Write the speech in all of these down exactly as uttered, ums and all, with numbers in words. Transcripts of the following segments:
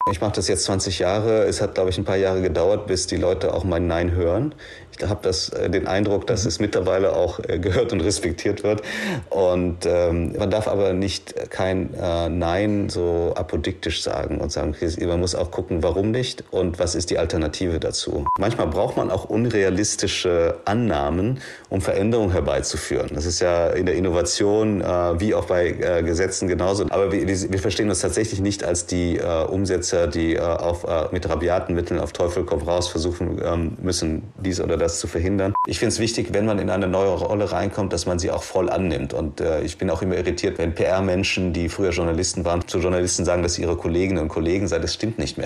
Ich mache das jetzt zwanzig Jahre. Es hat, glaube ich, ein paar Jahre gedauert, bis die Leute auch mein Nein hören. Ich habe das, äh, den Eindruck, dass es mittlerweile auch äh, gehört und respektiert wird. Und ähm, man darf aber nicht kein äh, Nein so apodiktisch sagen und sagen, okay, man muss auch gucken, warum nicht und was ist die Alternative dazu. Manchmal braucht man auch unrealistische Annahmen, um Veränderungen herbeizuführen. Das ist ja in der Innovation äh, wie auch bei äh, Gesetzen genauso. Aber wir, wir verstehen uns tatsächlich nicht als die äh, Umsetzer, die äh, auf, äh, mit rabiaten Mitteln auf Teufel komm raus versuchen ähm, müssen, dies oder das zu verhindern. Ich finde es wichtig, wenn man in eine neue Rolle reinkommt, dass man sie auch voll annimmt. Und äh, ich bin auch immer irritiert, wenn P R-Menschen, die früher Journalisten waren, zu Journalisten sagen, dass sie ihre Kolleginnen und Kollegen seien. Das stimmt nicht mehr.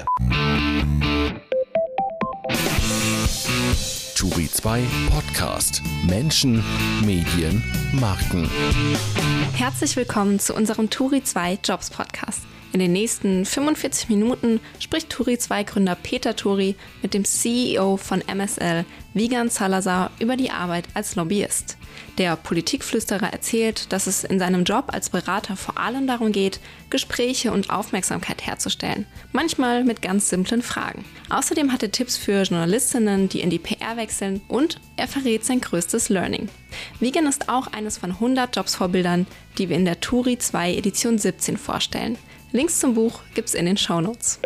Turi zwei Podcast. Menschen, Medien, Marken. Herzlich willkommen zu unserem Turi zwei Jobs Podcast. In den nächsten fünfundvierzig Minuten spricht Turi zwei Gründer Peter Turi mit dem C E O von M S L, Wiegand Salazar, über die Arbeit als Lobbyist. Der Politikflüsterer erzählt, dass es in seinem Job als Berater vor allem darum geht, Gespräche und Aufmerksamkeit herzustellen, manchmal mit ganz simplen Fragen. Außerdem hat er Tipps für Journalistinnen, die in die P R wechseln, und er verrät sein größtes Learning. Wiegand ist auch eines von hundert Jobsvorbildern, die wir in der Turi zwei Edition siebzehn vorstellen. Links zum Buch gibt's in den Shownotes.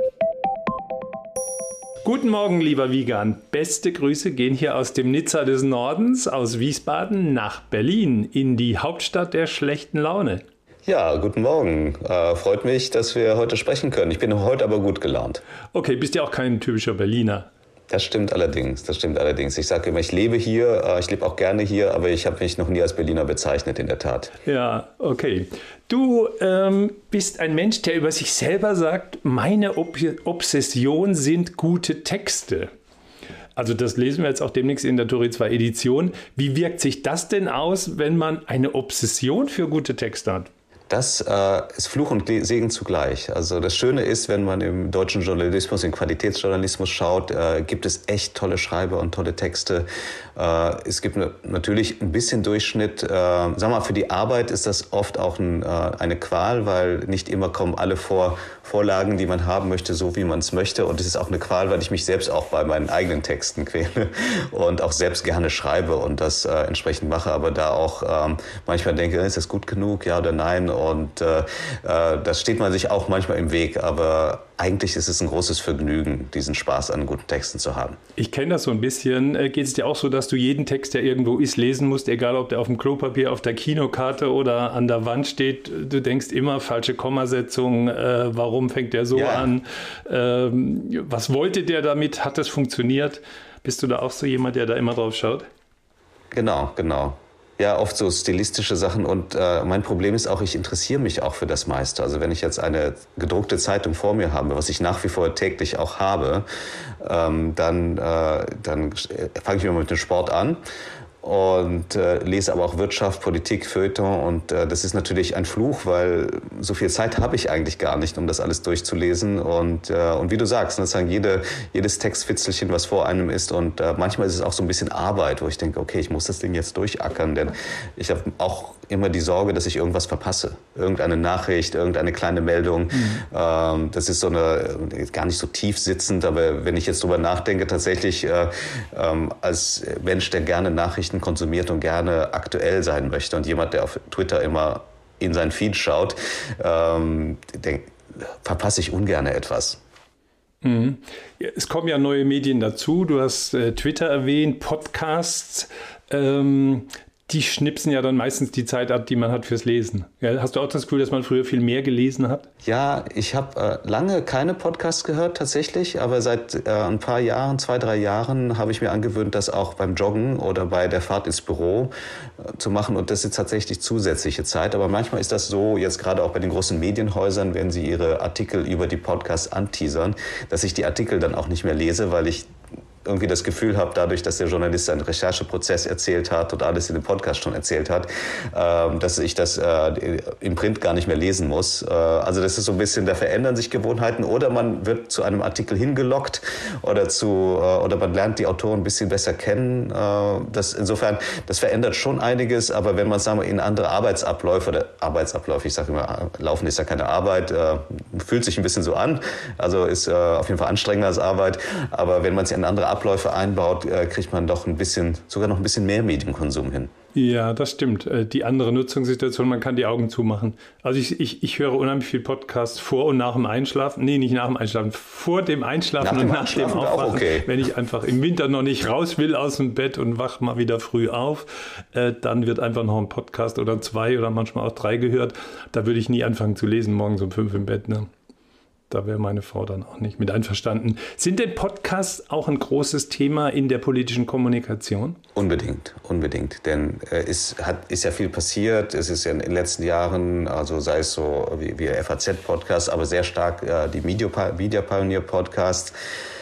Guten Morgen, lieber Wiegand. Beste Grüße gehen hier aus dem Nizza des Nordens, aus Wiesbaden nach Berlin, in die Hauptstadt der schlechten Laune. Ja, guten Morgen. Äh, freut mich, dass wir heute sprechen können. Ich bin heute aber gut gelaunt. Okay, bist ja auch kein typischer Berliner. Das stimmt allerdings, das stimmt allerdings. Ich sage immer, ich lebe hier, äh, ich lebe auch gerne hier, aber ich habe mich noch nie als Berliner bezeichnet, in der Tat. Ja, okay. Du ähm, bist ein Mensch, der über sich selber sagt, meine Ob- Obsession sind gute Texte. Also das lesen wir jetzt auch demnächst in der Turi zwei Edition. Wie wirkt sich das denn aus, wenn man eine Obsession für gute Texte hat? Das äh, ist Fluch und Segen zugleich. Also das Schöne ist, wenn man im deutschen Journalismus, im Qualitätsjournalismus schaut, äh, gibt es echt tolle Schreiber und tolle Texte. Äh, es gibt ne, natürlich ein bisschen Durchschnitt. Äh, sag mal, für die Arbeit ist das oft auch ein, äh, eine Qual, weil nicht immer kommen alle vor, Vorlagen, die man haben möchte, so wie man es möchte. Und es ist auch eine Qual, weil ich mich selbst auch bei meinen eigenen Texten quäle und auch selbst gerne schreibe und das äh, entsprechend mache. Aber da auch ähm, manchmal denke, ist das gut genug, ja oder nein? Und äh, das steht man sich auch manchmal im Weg, aber eigentlich ist es ein großes Vergnügen, diesen Spaß an guten Texten zu haben. Ich kenne das so ein bisschen. Geht es dir auch so, dass du jeden Text, der irgendwo ist, lesen musst, egal ob der auf dem Klopapier, auf der Kinokarte oder an der Wand steht? Du denkst immer, falsche Kommasetzung, äh, warum fängt der so ja. an? Ähm, was wollte der damit? Hat das funktioniert? Bist du da auch so jemand, der da immer drauf schaut? Genau, genau. Ja, oft so stilistische Sachen und äh, mein Problem ist auch, ich interessiere mich auch für das meiste. Also wenn ich jetzt eine gedruckte Zeitung vor mir habe, was ich nach wie vor täglich auch habe, ähm, dann, äh, dann fange ich immer mit dem Sport an und äh, lese aber auch Wirtschaft, Politik, Feuilleton und äh, das ist natürlich ein Fluch, weil so viel Zeit habe ich eigentlich gar nicht, um das alles durchzulesen und, äh, und wie du sagst, sozusagen jede, jedes Textfitzelchen, was vor einem ist und äh, manchmal ist es auch so ein bisschen Arbeit, wo ich denke, okay, ich muss das Ding jetzt durchackern, denn ich habe auch immer die Sorge, dass ich irgendwas verpasse. Irgendeine Nachricht, irgendeine kleine Meldung. Mhm. Ähm, das ist so eine, gar nicht so tief sitzend, aber wenn ich jetzt drüber nachdenke, tatsächlich äh, ähm, als Mensch, der gerne Nachrichten konsumiert und gerne aktuell sein möchte und jemand, der auf Twitter immer in seinen Feed schaut, ähm, denk, verpasse ich ungern etwas. Mhm. Es kommen ja neue Medien dazu. Du hast äh, Twitter erwähnt, Podcasts. Ähm, Die schnipsen ja dann meistens die Zeit ab, die man hat fürs Lesen. Ja, hast du auch das Gefühl, dass man früher viel mehr gelesen hat? Ja, ich habe äh, lange keine Podcasts gehört tatsächlich, aber seit äh, ein paar Jahren, zwei, drei Jahren habe ich mir angewöhnt, das auch beim Joggen oder bei der Fahrt ins Büro äh, zu machen und das ist tatsächlich zusätzliche Zeit. Aber manchmal ist das so, jetzt gerade auch bei den großen Medienhäusern, wenn sie ihre Artikel über die Podcasts anteasern, dass ich die Artikel dann auch nicht mehr lese, weil ich irgendwie das Gefühl habe, dadurch, dass der Journalist seinen Rechercheprozess erzählt hat und alles in dem Podcast schon erzählt hat, äh, dass ich das äh, im Print gar nicht mehr lesen muss. Äh, also das ist so ein bisschen, da verändern sich Gewohnheiten oder man wird zu einem Artikel hingelockt oder zu äh, oder man lernt die Autoren ein bisschen besser kennen. Äh, das insofern, das verändert schon einiges, aber wenn man, sagen wir, in andere Arbeitsabläufe oder Arbeitsabläufe, ich sage immer, Laufen ist ja keine Arbeit, äh, fühlt sich ein bisschen so an, also ist äh, auf jeden Fall anstrengender als Arbeit, aber wenn man es in andere Abläufe einbaut, äh, kriegt man doch ein bisschen, sogar noch ein bisschen mehr Medienkonsum hin. Ja, das stimmt. Die andere Nutzungssituation, man kann die Augen zumachen. Also ich, ich, ich höre unheimlich viel Podcasts vor und nach dem Einschlafen. Nee, nicht nach dem Einschlafen, vor dem Einschlafen nach und dem nach Einschlafen dem Aufwachen. Okay. Wenn ich einfach im Winter noch nicht raus will aus dem Bett und wach mal wieder früh auf, äh, dann wird einfach noch ein Podcast oder zwei oder manchmal auch drei gehört. Da würde ich nie anfangen zu lesen, morgens um fünf im Bett, ne? Da wäre meine Frau dann auch nicht mit einverstanden. Sind denn Podcasts auch ein großes Thema in der politischen Kommunikation? Unbedingt, unbedingt. Denn äh, es hat, ist ja viel passiert. Es ist ja in den letzten Jahren, also sei es so wie, wie F A Z-Podcast, aber sehr stark äh, die Media Pioneer-Podcasts.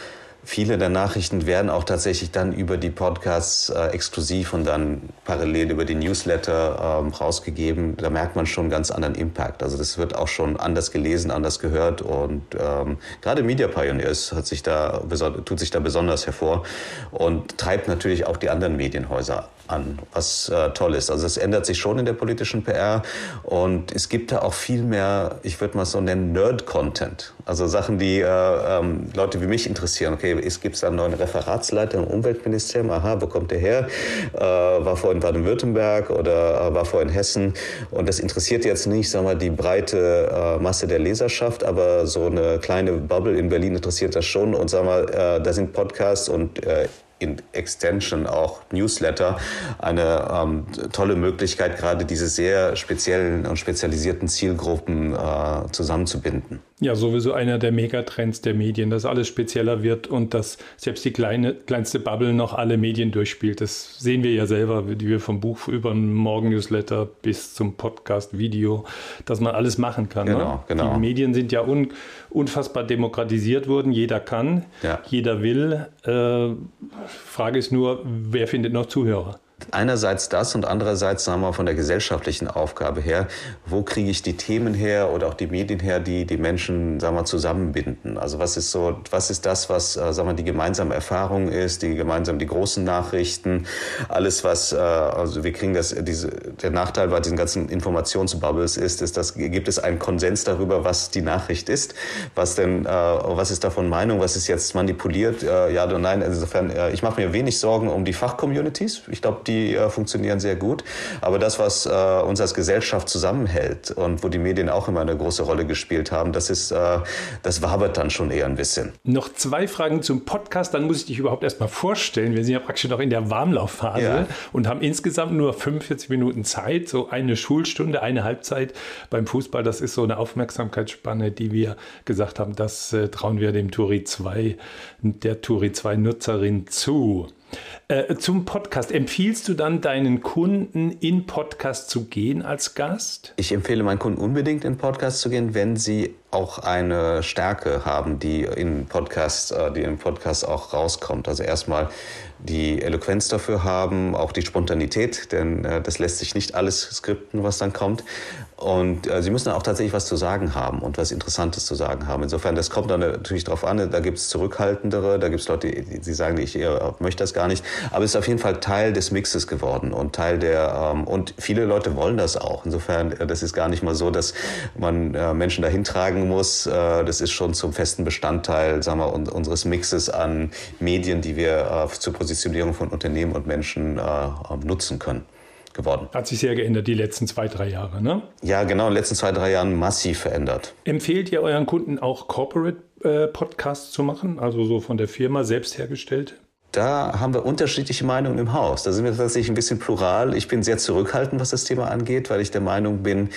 Viele der Nachrichten werden auch tatsächlich dann über die Podcasts äh, exklusiv und dann parallel über die Newsletter ähm, rausgegeben. Da merkt man schon einen ganz anderen Impact. Also das wird auch schon anders gelesen, anders gehört und ähm, gerade Media Pioneers hat sich da, tut sich da besonders hervor und treibt natürlich auch die anderen Medienhäuser an, was äh, toll ist. Also es ändert sich schon in der politischen P R und es gibt da auch viel mehr, ich würde mal so nennen, Nerd-Content. Also Sachen, die äh, ähm, Leute wie mich interessieren. Okay, es gibt da einen neuen Referatsleiter im Umweltministerium. Aha, wo kommt der her? Äh, war vorher in Baden-Württemberg oder äh, war vorher in Hessen. Und das interessiert jetzt nicht, sagen wir, die breite äh, Masse der Leserschaft, aber so eine kleine Bubble in Berlin interessiert das schon. Und sagen wir, äh, da sind Podcasts und äh, in Extension auch Newsletter eine ähm, tolle Möglichkeit, gerade diese sehr speziellen und spezialisierten Zielgruppen äh, zusammenzubinden. Ja, sowieso einer der Megatrends der Medien, dass alles spezieller wird und dass selbst die kleine, kleinste Bubble noch alle Medien durchspielt. Das sehen wir ja selber, wie wir vom Buch über einen Morgen-Newsletter bis zum Podcast, Video, dass man alles machen kann. Genau, ne? genau. Die Medien sind ja un, unfassbar demokratisiert worden. Jeder kann, ja. Jeder will. Äh, Frage ist nur, wer findet noch Zuhörer? Einerseits das und andererseits, sagen wir mal, von der gesellschaftlichen Aufgabe her, wo kriege ich die Themen her oder auch die Medien her, die die Menschen, sagen wir mal, zusammenbinden? Also was ist so, was ist das, was, sagen wir mal, die gemeinsame Erfahrung ist, die gemeinsam die großen Nachrichten, alles was, also wir kriegen das, diese, der Nachteil bei diesen ganzen Informationsbubbles ist, ist, dass gibt es einen Konsens darüber, was die Nachricht ist, was denn, was ist davon Meinung, was ist jetzt manipuliert, ja oder nein. Insofern, ich mache mir wenig Sorgen um die Fachcommunities. Ich glaube, die äh, funktionieren sehr gut. Aber das, was äh, uns als Gesellschaft zusammenhält und wo die Medien auch immer eine große Rolle gespielt haben, das ist, äh, das wabert dann schon eher ein bisschen. Noch zwei Fragen zum Podcast, dann muss ich dich überhaupt erst mal vorstellen. Wir sind ja praktisch noch in der Warmlaufphase ja. und haben insgesamt nur fünfundvierzig Minuten Zeit, so eine Schulstunde, eine Halbzeit beim Fußball. Das ist so eine Aufmerksamkeitsspanne, die wir gesagt haben, das äh, trauen wir dem Turi zwei, der Turi zwei Nutzerin zu. Äh, zum Podcast. Empfiehlst du dann deinen Kunden, in Podcast zu gehen als Gast? Ich empfehle meinen Kunden unbedingt, in Podcast zu gehen, wenn sie auch eine Stärke haben, die in Podcast, die im Podcast auch rauskommt. Also erstmal die Eloquenz dafür haben, auch die Spontanität, denn äh, das lässt sich nicht alles skripten, was dann kommt. Und äh, sie müssen dann auch tatsächlich was zu sagen haben und was Interessantes zu sagen haben. Insofern, das kommt dann natürlich drauf an, da gibt es Zurückhaltendere, da gibt es Leute, die, die sagen, ich äh, möchte das gar nicht. Aber es ist auf jeden Fall Teil des Mixes geworden und Teil der, ähm, und viele Leute wollen das auch. Insofern, äh, das ist gar nicht mal so, dass man äh, Menschen dahin tragen muss. Äh, das ist schon zum festen Bestandteil, sagen wir, un- unseres Mixes an Medien, die wir äh, zur Positionierung von Unternehmen und Menschen äh, nutzen können. Geworden. Hat sich sehr geändert die letzten zwei, drei Jahre, ne? Ja, genau, in den letzten zwei, drei Jahren massiv verändert. Empfehlt ihr euren Kunden auch Corporate äh, Podcasts zu machen, also so von der Firma selbst hergestellt? Da haben wir unterschiedliche Meinungen im Haus. Da sind wir tatsächlich ein bisschen plural. Ich bin sehr zurückhaltend, was das Thema angeht, weil ich der Meinung bin,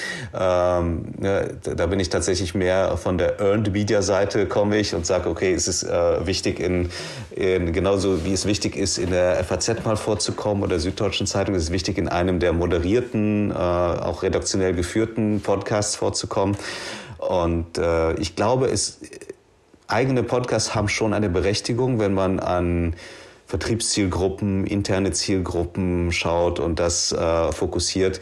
ähm, ne, da bin ich tatsächlich mehr von der Earned Media Seite komme ich und sage, okay, es ist äh, wichtig, in, in genauso wie es wichtig ist, in der F A Z mal vorzukommen oder Süddeutschen Zeitung, ist es wichtig, in einem der moderierten, äh, auch redaktionell geführten Podcasts vorzukommen. Und äh, ich glaube, es eigene Podcasts haben schon eine Berechtigung, wenn man an Vertriebszielgruppen, interne Zielgruppen schaut und das äh, fokussiert.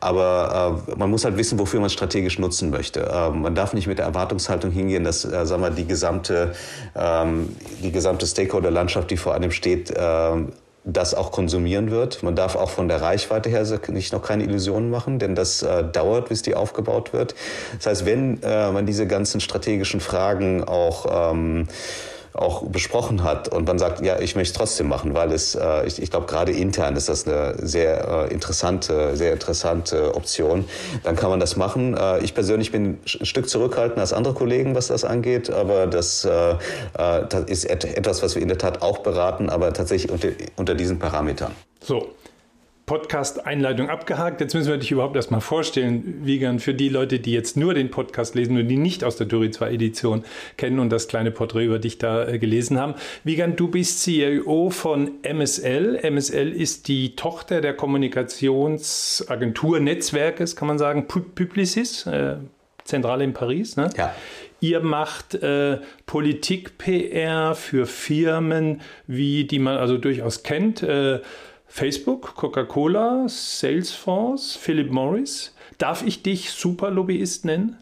Aber äh, man muss halt wissen, wofür man es strategisch nutzen möchte. Äh, man darf nicht mit der Erwartungshaltung hingehen, dass äh, sagen wir, die gesamte, ähm, die gesamte Stakeholder-Landschaft, die vor einem steht, äh, das auch konsumieren wird. Man darf auch von der Reichweite her nicht noch keine Illusionen machen, denn das äh, dauert, bis die aufgebaut wird. Das heißt, wenn äh, man diese ganzen strategischen Fragen auch ähm, auch besprochen hat und man sagt, ja, ich möchte es trotzdem machen, weil es, äh, ich, ich glaube, gerade intern ist das eine sehr äh, interessante, sehr interessante Option. Dann kann man das machen. Äh, ich persönlich bin ein Stück zurückhaltend als andere Kollegen, was das angeht, aber das, äh, das ist et- etwas, was wir in der Tat auch beraten, aber tatsächlich unter, unter diesen Parametern. So. Podcast-Einleitung abgehakt. Jetzt müssen wir dich überhaupt erstmal vorstellen, Wiegand, für die Leute, die jetzt nur den Podcast lesen und die nicht aus der Turi zwei Edition kennen und das kleine Porträt über dich da äh, gelesen haben. Wiegand, du bist C E O von M S L. M S L ist die Tochter der Kommunikationsagentur Netzwerkes, kann man sagen, Publicis, äh, Zentrale in Paris. Ne? Ja. Ihr macht äh, Politik-P R für Firmen, wie die man also durchaus kennt, äh, Facebook, Coca-Cola, Salesforce, Philip Morris. Darf ich dich Superlobbyist nennen?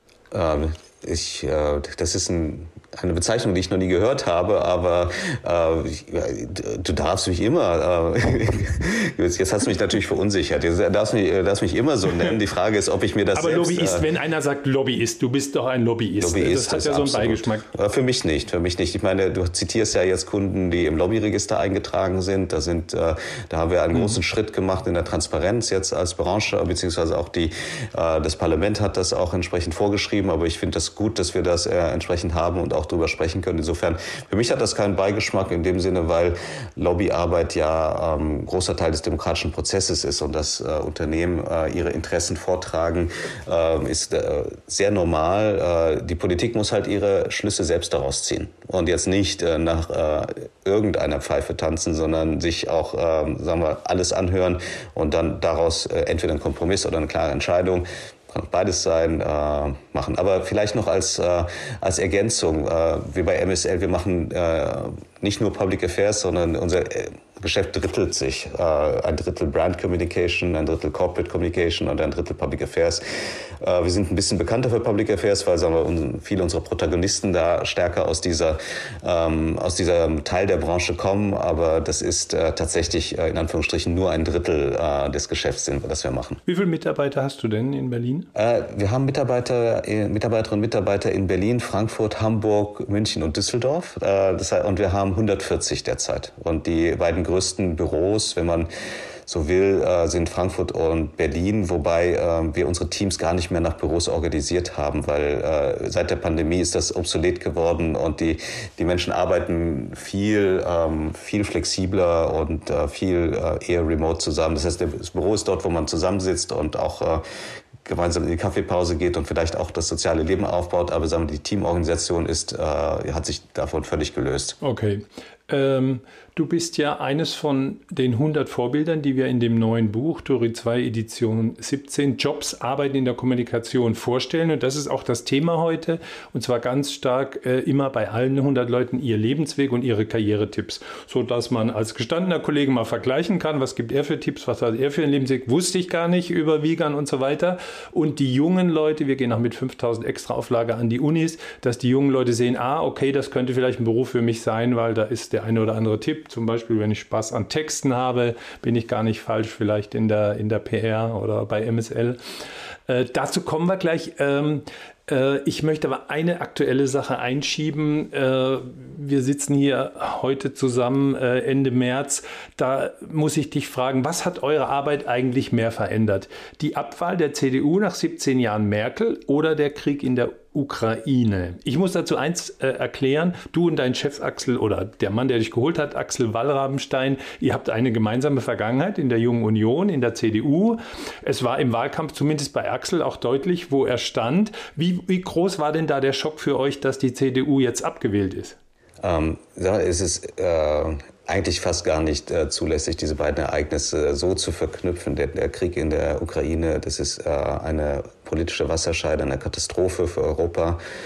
Ähm, ich, äh, das ist ein, eine Bezeichnung, die ich noch nie gehört habe, aber äh, ich, du darfst mich immer, äh, jetzt, jetzt hast du mich natürlich verunsichert, du darfst mich, darfst mich immer so nennen. Die Frage ist, ob ich mir das aber selbst... Lobbyist, äh, wenn einer sagt Lobbyist, du bist doch ein Lobbyist. Lobbyist das hat ja so einen Beigeschmack. Aber für mich nicht, für mich nicht. Ich meine, du zitierst ja jetzt Kunden, die im Lobbyregister eingetragen sind. Da sind, äh, da haben wir einen mhm. großen Schritt gemacht in der Transparenz jetzt als Branche, beziehungsweise auch die, äh, das Parlament hat das auch entsprechend vorgeschrieben. Aber ich finde das gut, dass wir das äh, entsprechend haben und auch darüber sprechen können. Insofern, für mich hat das keinen Beigeschmack in dem Sinne, weil Lobbyarbeit ja ähm, großer Teil des demokratischen Prozesses ist und dass äh, Unternehmen äh, ihre Interessen vortragen, äh, ist äh, sehr normal. Äh, die Politik muss halt ihre Schlüsse selbst daraus ziehen und jetzt nicht äh, nach äh, irgendeiner Pfeife tanzen, sondern sich auch, äh, sagen wir, alles anhören und dann daraus äh, entweder einen Kompromiss oder eine klare Entscheidung, kann auch beides sein, äh, machen. Aber vielleicht noch als, äh, als Ergänzung, äh, wir bei M S L, wir machen äh, nicht nur Public Affairs, sondern unser äh, Geschäft drittelt sich. Äh, ein Drittel Brand Communication, ein Drittel Corporate Communication und ein Drittel Public Affairs. Äh, wir sind ein bisschen bekannter für Public Affairs, weil, sagen wir, un- viele unserer Protagonisten da stärker aus dieser, ähm, aus diesem Teil der Branche kommen. Aber das ist äh, tatsächlich äh, in Anführungsstrichen nur ein Drittel äh, des Geschäfts, das wir machen. Wie viele Mitarbeiter hast du denn in Berlin? Äh, wir haben Mitarbeiter, äh, Mitarbeiterinnen und Mitarbeiter in Berlin, Frankfurt, Hamburg, München und Düsseldorf. Äh, das heißt, und wir haben hundertvierzig derzeit. Und die beiden größten Büros, wenn man so will, sind Frankfurt und Berlin, wobei wir unsere Teams gar nicht mehr nach Büros organisiert haben, weil seit der Pandemie ist das obsolet geworden und die, die Menschen arbeiten viel, viel flexibler und viel eher remote zusammen. Das heißt, das Büro ist dort, wo man zusammensitzt und auch gemeinsam in die Kaffeepause geht und vielleicht auch das soziale Leben aufbaut, aber sagen wir, die Teamorganisation ist, äh, hat sich davon völlig gelöst. Okay. Ähm, du bist ja eines von den hundert Vorbildern, die wir in dem neuen Buch Turi zwei Edition siebzehn Jobs, Arbeiten in der Kommunikation vorstellen. Und das ist auch das Thema heute. Und zwar ganz stark äh, immer bei allen hundert Leuten ihr Lebensweg und ihre Karrieretipps, sodass man als gestandener Kollege mal vergleichen kann, was gibt er für Tipps, was hat er für einen Lebensweg, wusste ich gar nicht über Wiegand und so weiter. Und die jungen Leute, wir gehen auch mit fünftausend extra Auflage an die Unis, dass die jungen Leute sehen, ah, okay, das könnte vielleicht ein Beruf für mich sein, weil da ist der eine oder andere Tipp. Zum Beispiel, wenn ich Spaß an Texten habe, bin ich gar nicht falsch, vielleicht in der, in der P R oder bei M S L. Äh, dazu kommen wir gleich. Ähm, äh, ich möchte aber eine aktuelle Sache einschieben. Äh, wir sitzen hier heute zusammen äh, Ende März. Da muss ich dich fragen, was hat eure Arbeit eigentlich mehr verändert? Die Abwahl der C D U nach siebzehn Jahren Merkel oder der Krieg in der Ukraine? Ich muss dazu eins äh, erklären. Du und dein Chef Axel oder der Mann, der dich geholt hat, Axel Wallrabenstein, ihr habt eine gemeinsame Vergangenheit in der Jungen Union, in der C D U. Es war im Wahlkampf zumindest bei Axel auch deutlich, wo er stand. Wie, wie groß war denn da der Schock für euch, dass die C D U jetzt abgewählt ist? Ähm, ja, es ist äh, eigentlich fast gar nicht äh, zulässig, diese beiden Ereignisse so zu verknüpfen. Der, der Krieg in der Ukraine, das ist äh, eine politische Wasserscheide, eine Katastrophe für Europa.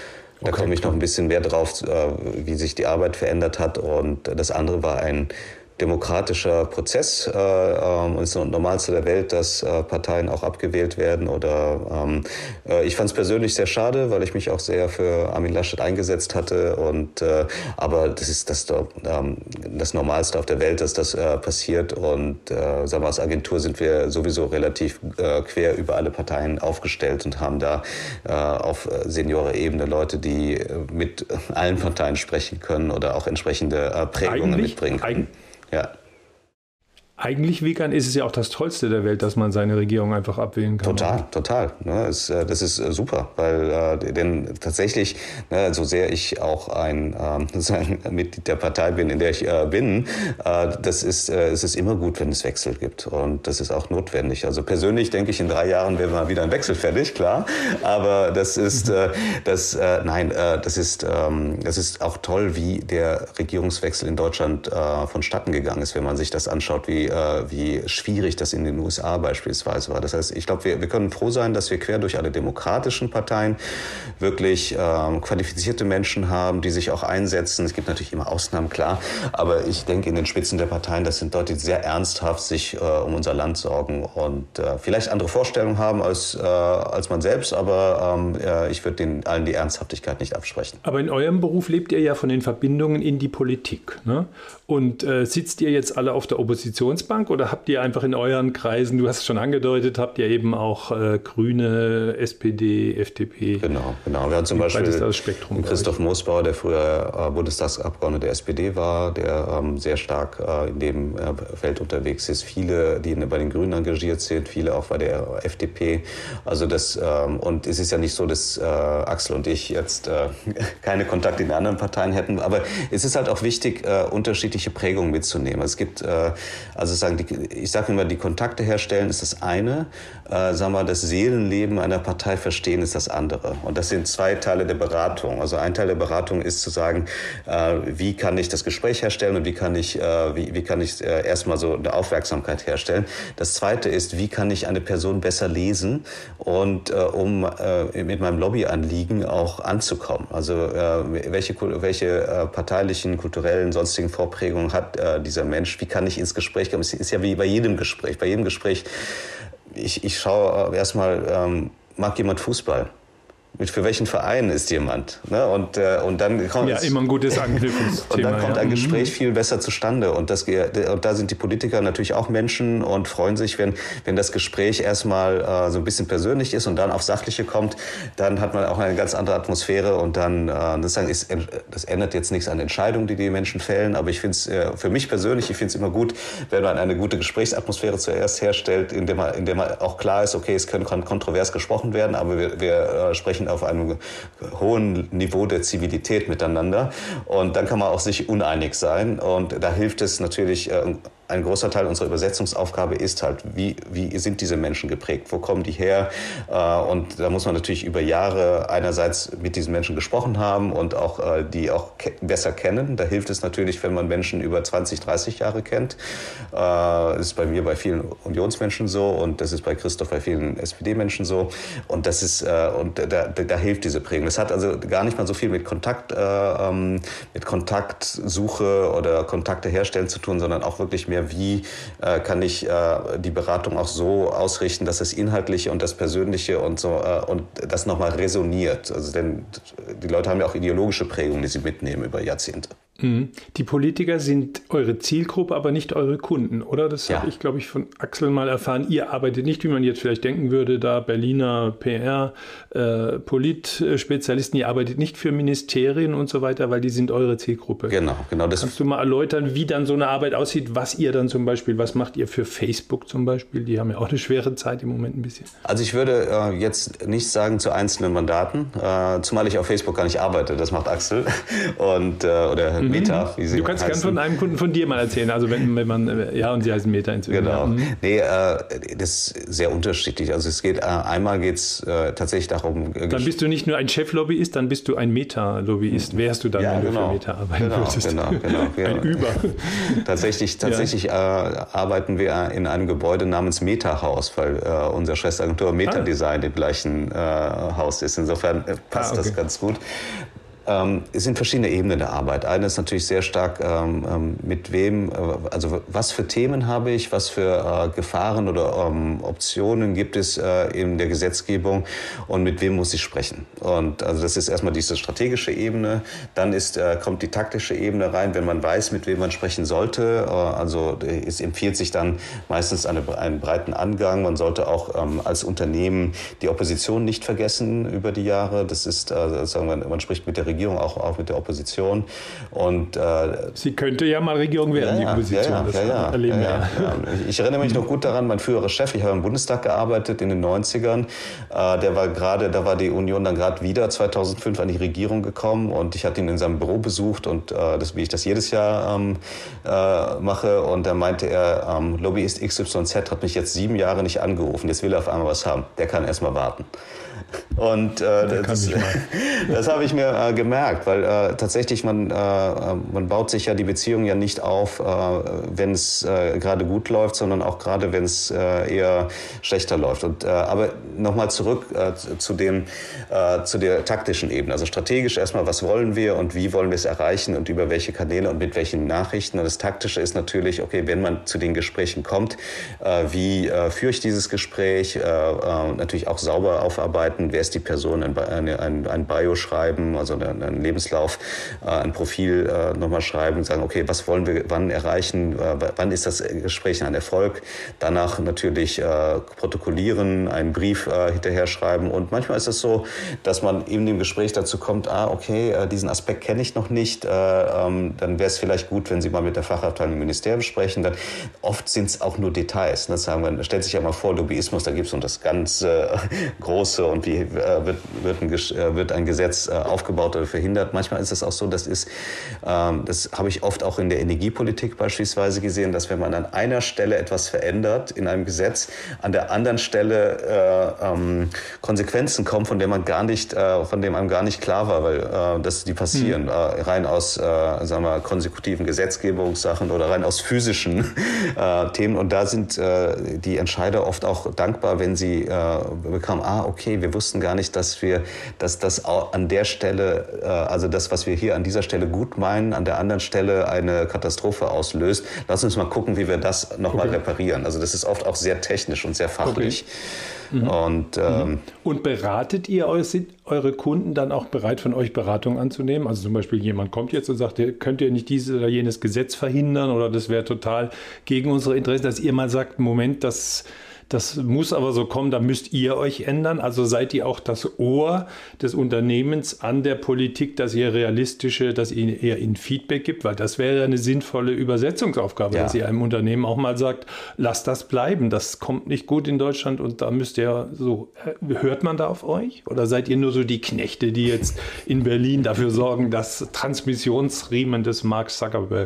Da okay, komme ich noch ein bisschen mehr drauf, wie sich die Arbeit verändert hat. Und das andere war ein demokratischer Prozess. Äh, ähm, ist das Normalste der Welt, dass äh, Parteien auch abgewählt werden. Oder ähm, äh, ich fand es persönlich sehr schade, weil ich mich auch sehr für Armin Laschet eingesetzt hatte. Und äh, aber das ist das, ähm, das Normalste auf der Welt, dass das äh, passiert. Und äh, sagen wir, als Agentur sind wir sowieso relativ äh, quer über alle Parteien aufgestellt und haben da äh, auf Seniorenebene Leute, die äh, mit allen Parteien sprechen können oder auch entsprechende äh, Prägungen Eigentlich, mitbringen können. Ja. Eigentlich, Wiegand, ist es ja auch das Tollste der Welt, dass man seine Regierung einfach abwählen kann. Total, total. Ne, es, das ist super, weil äh, denn tatsächlich, ne, so sehr ich auch ein ähm, Mitglied der Partei bin, in der ich äh, bin, äh, das ist, äh, es ist immer gut, wenn es Wechsel gibt und das ist auch notwendig. Also persönlich denke ich, in drei Jahren wäre mal wieder ein Wechsel fertig, klar, aber das ist, äh, das, äh, nein, äh, das ist, ähm, das ist auch toll, wie der Regierungswechsel in Deutschland äh, vonstatten gegangen ist, wenn man sich das anschaut, wie wie schwierig das in den U S A beispielsweise war. Das heißt, ich glaube, wir, wir können froh sein, dass wir quer durch alle demokratischen Parteien wirklich ähm, qualifizierte Menschen haben, die sich auch einsetzen. Es gibt natürlich immer Ausnahmen, klar, aber ich denke, in den Spitzen der Parteien, das sind Leute, die sehr ernsthaft sich äh, um unser Land sorgen und äh, vielleicht andere Vorstellungen haben als, äh, als man selbst, aber ähm, äh, ich würde denen allen die Ernsthaftigkeit nicht absprechen. Aber in eurem Beruf lebt ihr ja von den Verbindungen in die Politik, ne? Und äh, sitzt ihr jetzt alle auf der Oppositionsbank oder habt ihr einfach in euren Kreisen, du hast es schon angedeutet, habt ihr eben auch äh, Grüne, S P D, F D P? Genau, genau. Wir haben zum Beispiel Christoph Moosbauer, der früher äh, Bundestagsabgeordneter der S P D war, der ähm, sehr stark äh, in dem äh, Feld unterwegs ist. Viele, die bei den Grünen engagiert sind, viele auch bei der F D P. Also das, ähm, und es ist ja nicht so, dass äh, Axel und ich jetzt äh, keine Kontakte in anderen Parteien hätten, aber es ist halt auch wichtig, äh, unterschiedliche Prägungen mitzunehmen. Es gibt, äh, also sagen, die, ich sage immer, die Kontakte herstellen ist das eine, äh, sagen wir, das Seelenleben einer Partei verstehen ist das andere. Und das sind zwei Teile der Beratung. Also ein Teil der Beratung ist zu sagen, äh, wie kann ich das Gespräch herstellen und wie kann ich, äh, wie, wie kann ich äh, erstmal so eine Aufmerksamkeit herstellen. Das zweite ist, wie kann ich eine Person besser lesen und äh, um äh, mit meinem Lobbyanliegen auch anzukommen. Also äh, welche, welche äh, parteilichen, kulturellen, sonstigen Vorprägungen hat äh, dieser Mensch, wie kann ich ins Gespräch kommen. Es ist ja wie bei jedem Gespräch. Bei jedem Gespräch, ich, ich schaue erstmal, ähm, mag jemand Fußball? Mit für welchen Verein ist jemand? Ne? Und, äh, und dann kommt ja, immer ein gutes Anknüpfungsthema. Und dann kommt ja. ein Gespräch viel besser zustande. Und, das, und da sind die Politiker natürlich auch Menschen und freuen sich, wenn, wenn das Gespräch erstmal äh, so ein bisschen persönlich ist und dann auf Sachliche kommt, dann hat man auch eine ganz andere Atmosphäre und dann, äh, das, ist, das ändert jetzt nichts an Entscheidungen, die die Menschen fällen, aber ich finde es äh, für mich persönlich, ich finde es immer gut, wenn man eine gute Gesprächsatmosphäre zuerst herstellt, in der man, in der man auch klar ist, okay, es kann kontrovers gesprochen werden, aber wir, wir äh, sprechen auf einem hohen Niveau der Zivilität miteinander und dann kann man auch sich uneinig sein und da hilft es natürlich, ein großer Teil unserer Übersetzungsaufgabe ist halt, wie, wie sind diese Menschen geprägt, wo kommen die her und da muss man natürlich über Jahre einerseits mit diesen Menschen gesprochen haben und auch die auch besser kennen. Da hilft es natürlich, wenn man Menschen über zwanzig, dreißig Jahre kennt. Das ist bei mir bei vielen Unionsmenschen so und das ist bei Christoph bei vielen S P D-Menschen so und das ist und da, da hilft diese Prägung. Das hat also gar nicht mal so viel mit Kontakt, äh, mit Kontaktsuche oder Kontakte herstellen zu tun, sondern auch wirklich mehr, wie äh, kann ich äh, die Beratung auch so ausrichten, dass das Inhaltliche und das Persönliche und so äh, und das nochmal resoniert. Also denn die Leute haben ja auch ideologische Prägungen, die sie mitnehmen über Jahrzehnte. Die Politiker sind eure Zielgruppe, aber nicht eure Kunden, oder? Das ja. habe ich, glaube ich, von Axel mal erfahren. Ihr arbeitet nicht, wie man jetzt vielleicht denken würde, da Berliner P R, äh, Politspezialisten, ihr arbeitet nicht für Ministerien und so weiter, weil die sind eure Zielgruppe. Genau, genau. Das Kannst du mal erläutern, wie dann so eine Arbeit aussieht, was ihr dann zum Beispiel, was macht ihr für Facebook zum Beispiel? Die haben ja auch eine schwere Zeit im Moment ein bisschen. Also ich würde äh, jetzt nicht sagen zu einzelnen Mandaten, äh, zumal ich auf Facebook gar nicht arbeite, das macht Axel und, äh, oder Meta, wie sie Du kannst heißen. gerne von einem Kunden von dir mal erzählen, also wenn, wenn man, ja, und sie heißen Meta inzwischen. Genau. Mhm. Nee, äh, das ist sehr unterschiedlich. Also es geht, äh, einmal geht es äh, tatsächlich darum... Äh, dann bist du nicht nur ein Cheflobbyist, dann bist du ein Meta-Lobbyist. Wärst du dann, ja, wenn genau. du für Meta arbeiten genau, würdest? Genau, genau, genau. Ein Über. Tatsächlich, tatsächlich ja. äh, arbeiten wir in einem Gebäude namens Meta-Haus, weil äh, unsere Schwesteragentur Meta-Design ah. im gleichen äh, Haus ist. Insofern äh, passt ah, okay. das ganz gut. Ähm, es sind verschiedene Ebenen der Arbeit. Eine ist natürlich sehr stark, ähm, mit wem, also was für Themen habe ich, was für äh, Gefahren oder ähm, Optionen gibt es äh, in der Gesetzgebung und mit wem muss ich sprechen. Und also das ist erstmal diese strategische Ebene. Dann ist, äh, kommt die taktische Ebene rein, wenn man weiß, mit wem man sprechen sollte. Äh, also es empfiehlt sich dann meistens eine, einen breiten Angang. Man sollte auch ähm, als Unternehmen die Opposition nicht vergessen über die Jahre. Das ist, äh, sagen wir, man spricht mit der Regierung, auch, auch mit der Opposition. Und, äh, Sie könnte ja mal Regierung werden, ja, die Opposition. Ja, ja, das ja, ja, erleben ja, wir. ja, ja. Ich erinnere mich noch gut daran, mein früherer Chef, ich habe im Bundestag gearbeitet in den neunzigern, äh, der war gerade, da war die Union dann gerade wieder zweitausendfünf an die Regierung gekommen und ich hatte ihn in seinem Büro besucht und äh, das, wie ich das jedes Jahr ähm, äh, mache und da meinte er, ähm, Lobbyist X Y Z hat mich jetzt sieben Jahre nicht angerufen, jetzt will er auf einmal was haben, der kann erst mal warten. Und äh, das, das habe ich mir äh, gemerkt, weil äh, tatsächlich man, äh, man baut sich ja die Beziehung ja nicht auf, äh, wenn es äh, gerade gut läuft, sondern auch gerade, wenn es äh, eher schlechter läuft. Und, äh, aber nochmal zurück äh, zu, dem, äh, zu der taktischen Ebene. Also strategisch erstmal, was wollen wir und wie wollen wir es erreichen und über welche Kanäle und mit welchen Nachrichten. Und das Taktische ist natürlich, okay, wenn man zu den Gesprächen kommt, äh, wie äh, führe ich dieses Gespräch, äh, äh, natürlich auch sauber aufarbeiten, wer ist die Person, ein, ein, ein Bio schreiben, also einen Lebenslauf, ein Profil äh, nochmal schreiben und sagen, okay, was wollen wir wann erreichen, äh, wann ist das Gespräch ein Erfolg, danach natürlich äh, protokollieren, einen Brief äh, hinterher schreiben und manchmal ist es so, dass man in dem Gespräch dazu kommt, ah, okay, äh, diesen Aspekt kenne ich noch nicht, äh, ähm, dann wäre es vielleicht gut, wenn Sie mal mit der Fachabteilung im Ministerium sprechen, dann oft sind es auch nur Details, ne? Sagen wir, stellt sich ja mal vor, Lobbyismus, da gibt es und das ganz äh, Große und wie äh, wird, wird, ein, äh, wird ein Gesetz äh, aufgebaut oder verhindert. Manchmal ist es auch so, das ist, ähm, das habe ich oft auch in der Energiepolitik beispielsweise gesehen, dass wenn man an einer Stelle etwas verändert in einem Gesetz, an der anderen Stelle äh, ähm, Konsequenzen kommen, von denen man gar nicht, äh, von dem einem gar nicht klar war, weil äh, dass die passieren, mhm. äh, rein aus, äh, sagen wir, konsekutiven Gesetzgebungssachen oder rein aus physischen äh, Themen. Und da sind äh, die Entscheider oft auch dankbar, wenn sie äh, bekamen, ah, okay, wir wussten gar nicht, dass wir, dass das an der Stelle, äh, also das, was wir hier an dieser Stelle gut meinen, an der anderen Stelle eine Katastrophe auslöst. Lass uns mal gucken, wie wir das nochmal okay. reparieren. Also das ist oft auch sehr technisch und sehr fachlich. Okay. Mhm. Und, ähm, und beratet ihr eure, sind eure Kunden dann auch bereit, von euch Beratung anzunehmen? Also zum Beispiel jemand kommt jetzt und sagt, könnt ihr nicht dieses oder jenes Gesetz verhindern oder das wäre total gegen unsere Interessen, dass ihr mal sagt, Moment, das Das muss aber so kommen, da müsst ihr euch ändern. Also seid ihr auch das Ohr des Unternehmens an der Politik, dass ihr realistische, dass ihr eher ihnen Feedback gibt, weil das wäre eine sinnvolle Übersetzungsaufgabe, ja. dass ihr einem Unternehmen auch mal sagt, lasst das bleiben, das kommt nicht gut in Deutschland und da müsst ihr so, hört man da auf euch? Oder seid ihr nur so die Knechte, die jetzt in Berlin dafür sorgen, dass Transmissionsriemen des Mark Zuckerberg?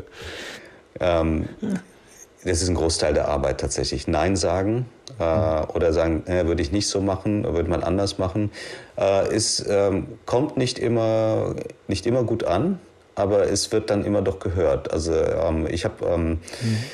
Ähm, das ist ein Großteil der Arbeit tatsächlich. Nein sagen. Äh, oder sagen, äh, würde ich nicht so machen, würde man anders machen, äh, ist, ähm, kommt nicht immer, nicht immer gut an, aber es wird dann immer doch gehört. Also ähm, ich habe, ähm, mhm.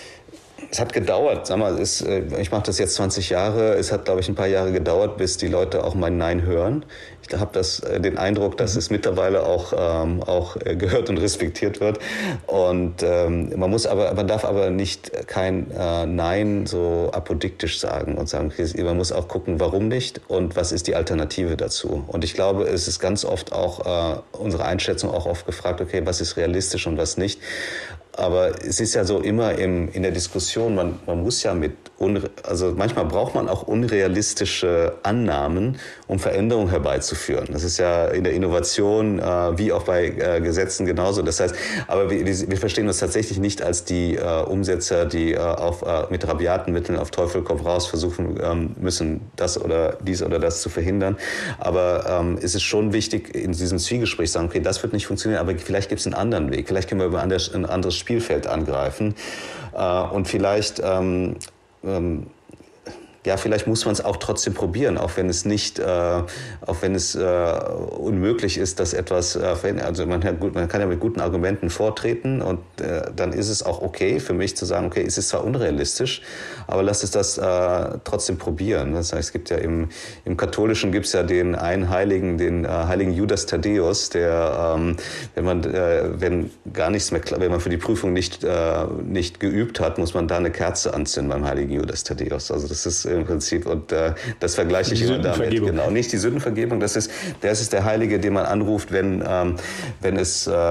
es hat gedauert, sag mal, es, ich mache das jetzt zwanzig Jahre, es hat, glaube ich, ein paar Jahre gedauert, bis die Leute auch mein Nein hören. Ich habe das, den Eindruck, dass es mittlerweile auch, ähm, auch gehört und respektiert wird. Und ähm, man muss aber, man darf aber nicht kein äh, Nein so apodiktisch sagen und sagen, man muss auch gucken, warum nicht und was ist die Alternative dazu. Und ich glaube, es ist ganz oft auch äh, unsere Einschätzung auch oft gefragt, okay, was ist realistisch und was nicht. Aber es ist ja so immer im, in der Diskussion, man, man muss ja mit, unre- also manchmal braucht man auch unrealistische Annahmen, um Veränderungen herbeizuführen. Das ist ja in der Innovation äh, wie auch bei äh, Gesetzen genauso. Das heißt, aber wir, wir verstehen uns tatsächlich nicht als die äh, Umsetzer, die äh, auf, äh, mit rabiaten Mitteln auf Teufel komm raus versuchen ähm, müssen, das oder dies oder das zu verhindern. Aber ähm, es ist schon wichtig, in diesem Zwiegespräch sagen, okay, das wird nicht funktionieren, aber vielleicht gibt es einen anderen Weg. Vielleicht können wir über ein anderes Spielfeld angreifen äh, und vielleicht ähm, ähm, ja, vielleicht muss man es auch trotzdem probieren, auch wenn es nicht, äh, auch wenn es äh, unmöglich ist, dass etwas, äh, also man, hat gut, man kann ja mit guten Argumenten vortreten und äh, dann ist es auch okay für mich zu sagen, okay, es ist zwar unrealistisch, aber lass es das äh, trotzdem probieren. Das heißt, es gibt ja im, im Katholischen gibt es ja den einen Heiligen, den äh, heiligen Judas Thaddäus, der, ähm, wenn man, äh, wenn gar nichts mehr, wenn man für die Prüfung nicht, äh, nicht geübt hat, muss man da eine Kerze anzünden beim heiligen Judas Thaddäus. Also das ist im Prinzip, und äh, das vergleiche ich immer damit. Genau, nicht die Sündenvergebung, das ist, das ist der Heilige, den man anruft, wenn, ähm, wenn es, äh, äh,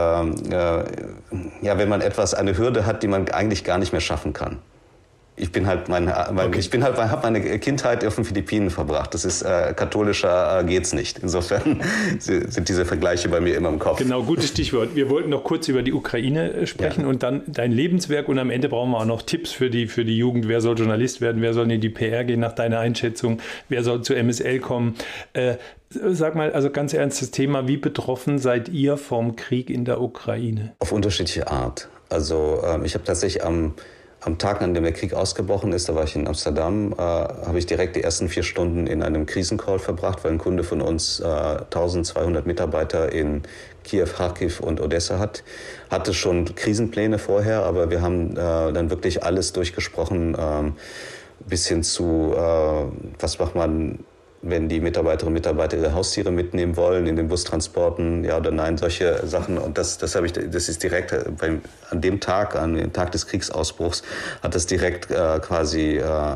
ja, wenn man etwas, eine Hürde hat, die man eigentlich gar nicht mehr schaffen kann. Ich bin halt mein, mein okay. ich bin halt, habe meine Kindheit auf den Philippinen verbracht. Das ist äh, katholischer äh, geht's nicht. Insofern sind diese Vergleiche bei mir immer im Kopf. Genau, gutes Stichwort. Wir wollten noch kurz über die Ukraine sprechen ja. und dann dein Lebenswerk und am Ende brauchen wir auch noch Tipps für die für die Jugend. Wer soll Journalist werden? Wer soll in die P R gehen nach deiner Einschätzung? Wer soll zu M S L kommen? Äh, sag mal, also ganz ernstes Thema. Wie betroffen seid ihr vom Krieg in der Ukraine? Auf unterschiedliche Art. Also ähm, ich habe tatsächlich am Am Tag, an dem der Krieg ausgebrochen ist, da war ich in Amsterdam, äh, habe ich direkt die ersten vier Stunden in einem Krisencall verbracht, weil ein Kunde von uns äh, eintausendzweihundert Mitarbeiter in Kiew, Kharkiv und Odessa hat. Hatte schon Krisenpläne vorher, aber wir haben äh, dann wirklich alles durchgesprochen, äh, bis hin zu, äh, was macht man, wenn die Mitarbeiterinnen und Mitarbeiter ihre Haustiere mitnehmen wollen in den Bustransporten, ja oder nein, solche Sachen. Und das, das habe ich, das ist direkt beim, an dem Tag, an dem Tag des Kriegsausbruchs, hat das direkt äh, quasi äh,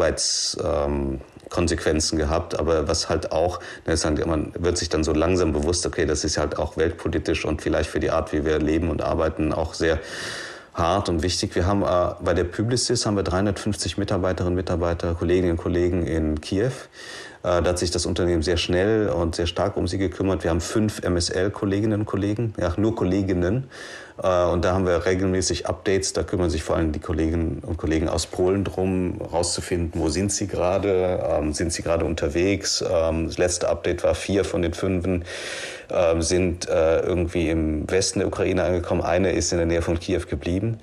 Arbeitskonsequenzen ähm, gehabt. Aber was halt auch, man wird sich dann so langsam bewusst, okay, das ist halt auch weltpolitisch und vielleicht für die Art, wie wir leben und arbeiten, auch sehr hart und wichtig. Wir haben äh, bei der Publicis haben wir dreihundertfünfzig Mitarbeiterinnen und Mitarbeiter, Kolleginnen und Kollegen in Kiew. Äh, da hat sich das Unternehmen sehr schnell und sehr stark um sie gekümmert. Wir haben fünf M S L-Kolleginnen und Kollegen, ja, nur Kolleginnen. Äh, und da haben wir regelmäßig Updates. Da kümmern sich vor allem die Kolleginnen und Kollegen aus Polen drum, rauszufinden, wo sind sie gerade, ähm, sind sie gerade unterwegs. Ähm, das letzte Update war, vier von den fünfen äh, sind äh, irgendwie im Westen der Ukraine angekommen. Eine ist in der Nähe von Kiew geblieben.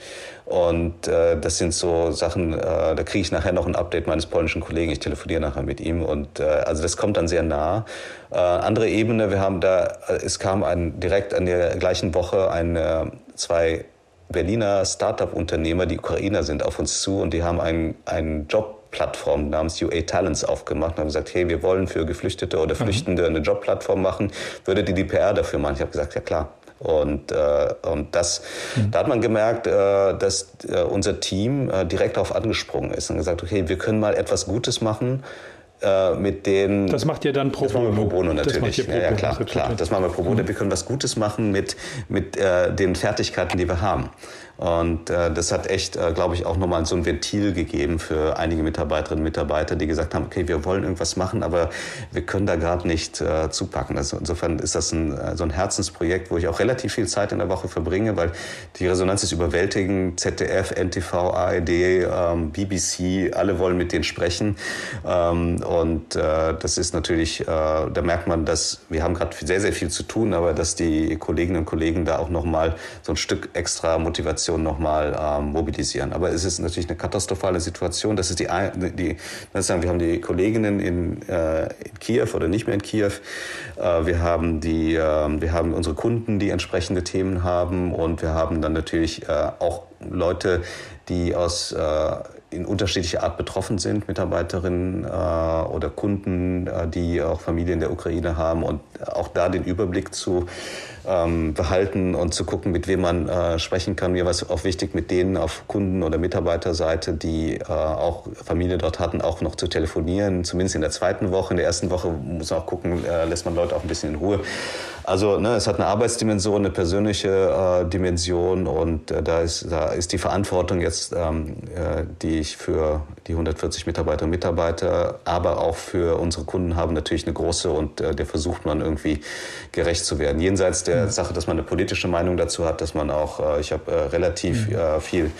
Und äh, das sind so Sachen, äh, da kriege ich nachher noch ein Update meines polnischen Kollegen. Ich telefoniere nachher mit ihm. Und äh, also das kommt dann sehr nah. Äh, andere Ebene, wir haben da, es kam ein, direkt an der gleichen Woche ein, äh, zwei Berliner Start-up-Unternehmer, die Ukrainer sind, auf uns zu. Und die haben einen, einen Jobplattform namens U A Talents aufgemacht und haben gesagt, hey, wir wollen für Geflüchtete oder Flüchtende eine Jobplattform machen. Würdet ihr die P R dafür machen? Ich habe gesagt, ja klar. Und, äh, und das, mhm. da hat man gemerkt, äh, dass äh, unser Team äh, direkt darauf angesprungen ist und gesagt, okay, wir können mal etwas Gutes machen äh, mit den... Das macht ihr dann pro Bono. Das machen wir pro Bono natürlich. Das macht ihr pro ja, ja, klar, Bono. klar. Das machen wir pro Bono. Mhm. Wir können was Gutes machen mit, mit äh, den Fertigkeiten, die wir haben. Und äh, das hat echt, äh, glaube ich, auch nochmal so ein Ventil gegeben für einige Mitarbeiterinnen und Mitarbeiter, die gesagt haben, okay, wir wollen irgendwas machen, aber wir können da gerade nicht äh, zupacken. Also insofern ist das ein, so ein Herzensprojekt, wo ich auch relativ viel Zeit in der Woche verbringe, weil die Resonanz ist überwältigend. Z D F, N T V, A R D, ähm, B B C, alle wollen mit denen sprechen. Ähm, und äh, das ist natürlich, äh, da merkt man, dass wir haben gerade sehr, sehr viel zu tun, aber dass die Kolleginnen und Kollegen da auch nochmal so ein Stück extra Motivation nochmal ähm, mobilisieren. Aber es ist natürlich eine katastrophale Situation. Das ist die, die das sagen, wir haben die Kolleginnen in, äh, in Kiew oder nicht mehr in Kiew. Äh, wir haben die, äh, wir haben unsere Kunden, die entsprechende Themen haben, und wir haben dann natürlich äh, auch Leute, die aus äh, in unterschiedlicher Art betroffen sind, Mitarbeiterinnen äh, oder Kunden, äh, die auch Familien der Ukraine haben, und auch da den Überblick zu ähm, behalten und zu gucken, mit wem man äh, sprechen kann. Mir war es auch wichtig, mit denen auf Kunden- oder Mitarbeiterseite, die äh, auch Familie dort hatten, auch noch zu telefonieren, zumindest in der zweiten Woche. In der ersten Woche muss man auch gucken, äh, lässt man Leute auch ein bisschen in Ruhe. Also ne, es hat eine Arbeitsdimension, eine persönliche äh, Dimension, und äh, da ist da ist die Verantwortung jetzt, ähm, äh, die ich für die hundertvierzig Mitarbeiterinnen und Mitarbeiter, aber auch für unsere Kunden habe, natürlich eine große, und äh, der versucht man irgendwie gerecht zu werden. Jenseits der mhm. Sache, dass man eine politische Meinung dazu hat, dass man auch, äh, ich habe äh, relativ mhm. äh, viel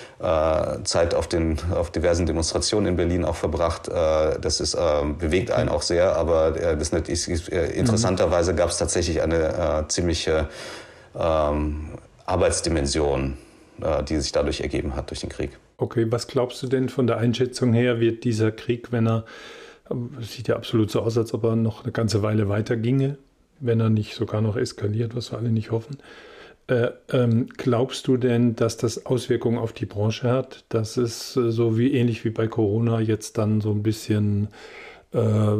äh, Zeit auf den auf diversen Demonstrationen in Berlin auch verbracht. Äh, das ist äh, bewegt einen auch sehr, aber äh, das ist, ist, äh, interessanterweise gab es tatsächlich eine äh, ziemliche ähm, Arbeitsdimension, äh, die sich dadurch ergeben hat durch den Krieg. Okay, was glaubst du denn von der Einschätzung her, wird dieser Krieg, wenn er, es sieht ja absolut so aus, als ob er noch eine ganze Weile weiterginge, wenn er nicht sogar noch eskaliert, was wir alle nicht hoffen. Äh, ähm, glaubst du denn, dass das Auswirkungen auf die Branche hat, dass es äh, so wie ähnlich wie bei Corona jetzt dann so ein bisschen äh,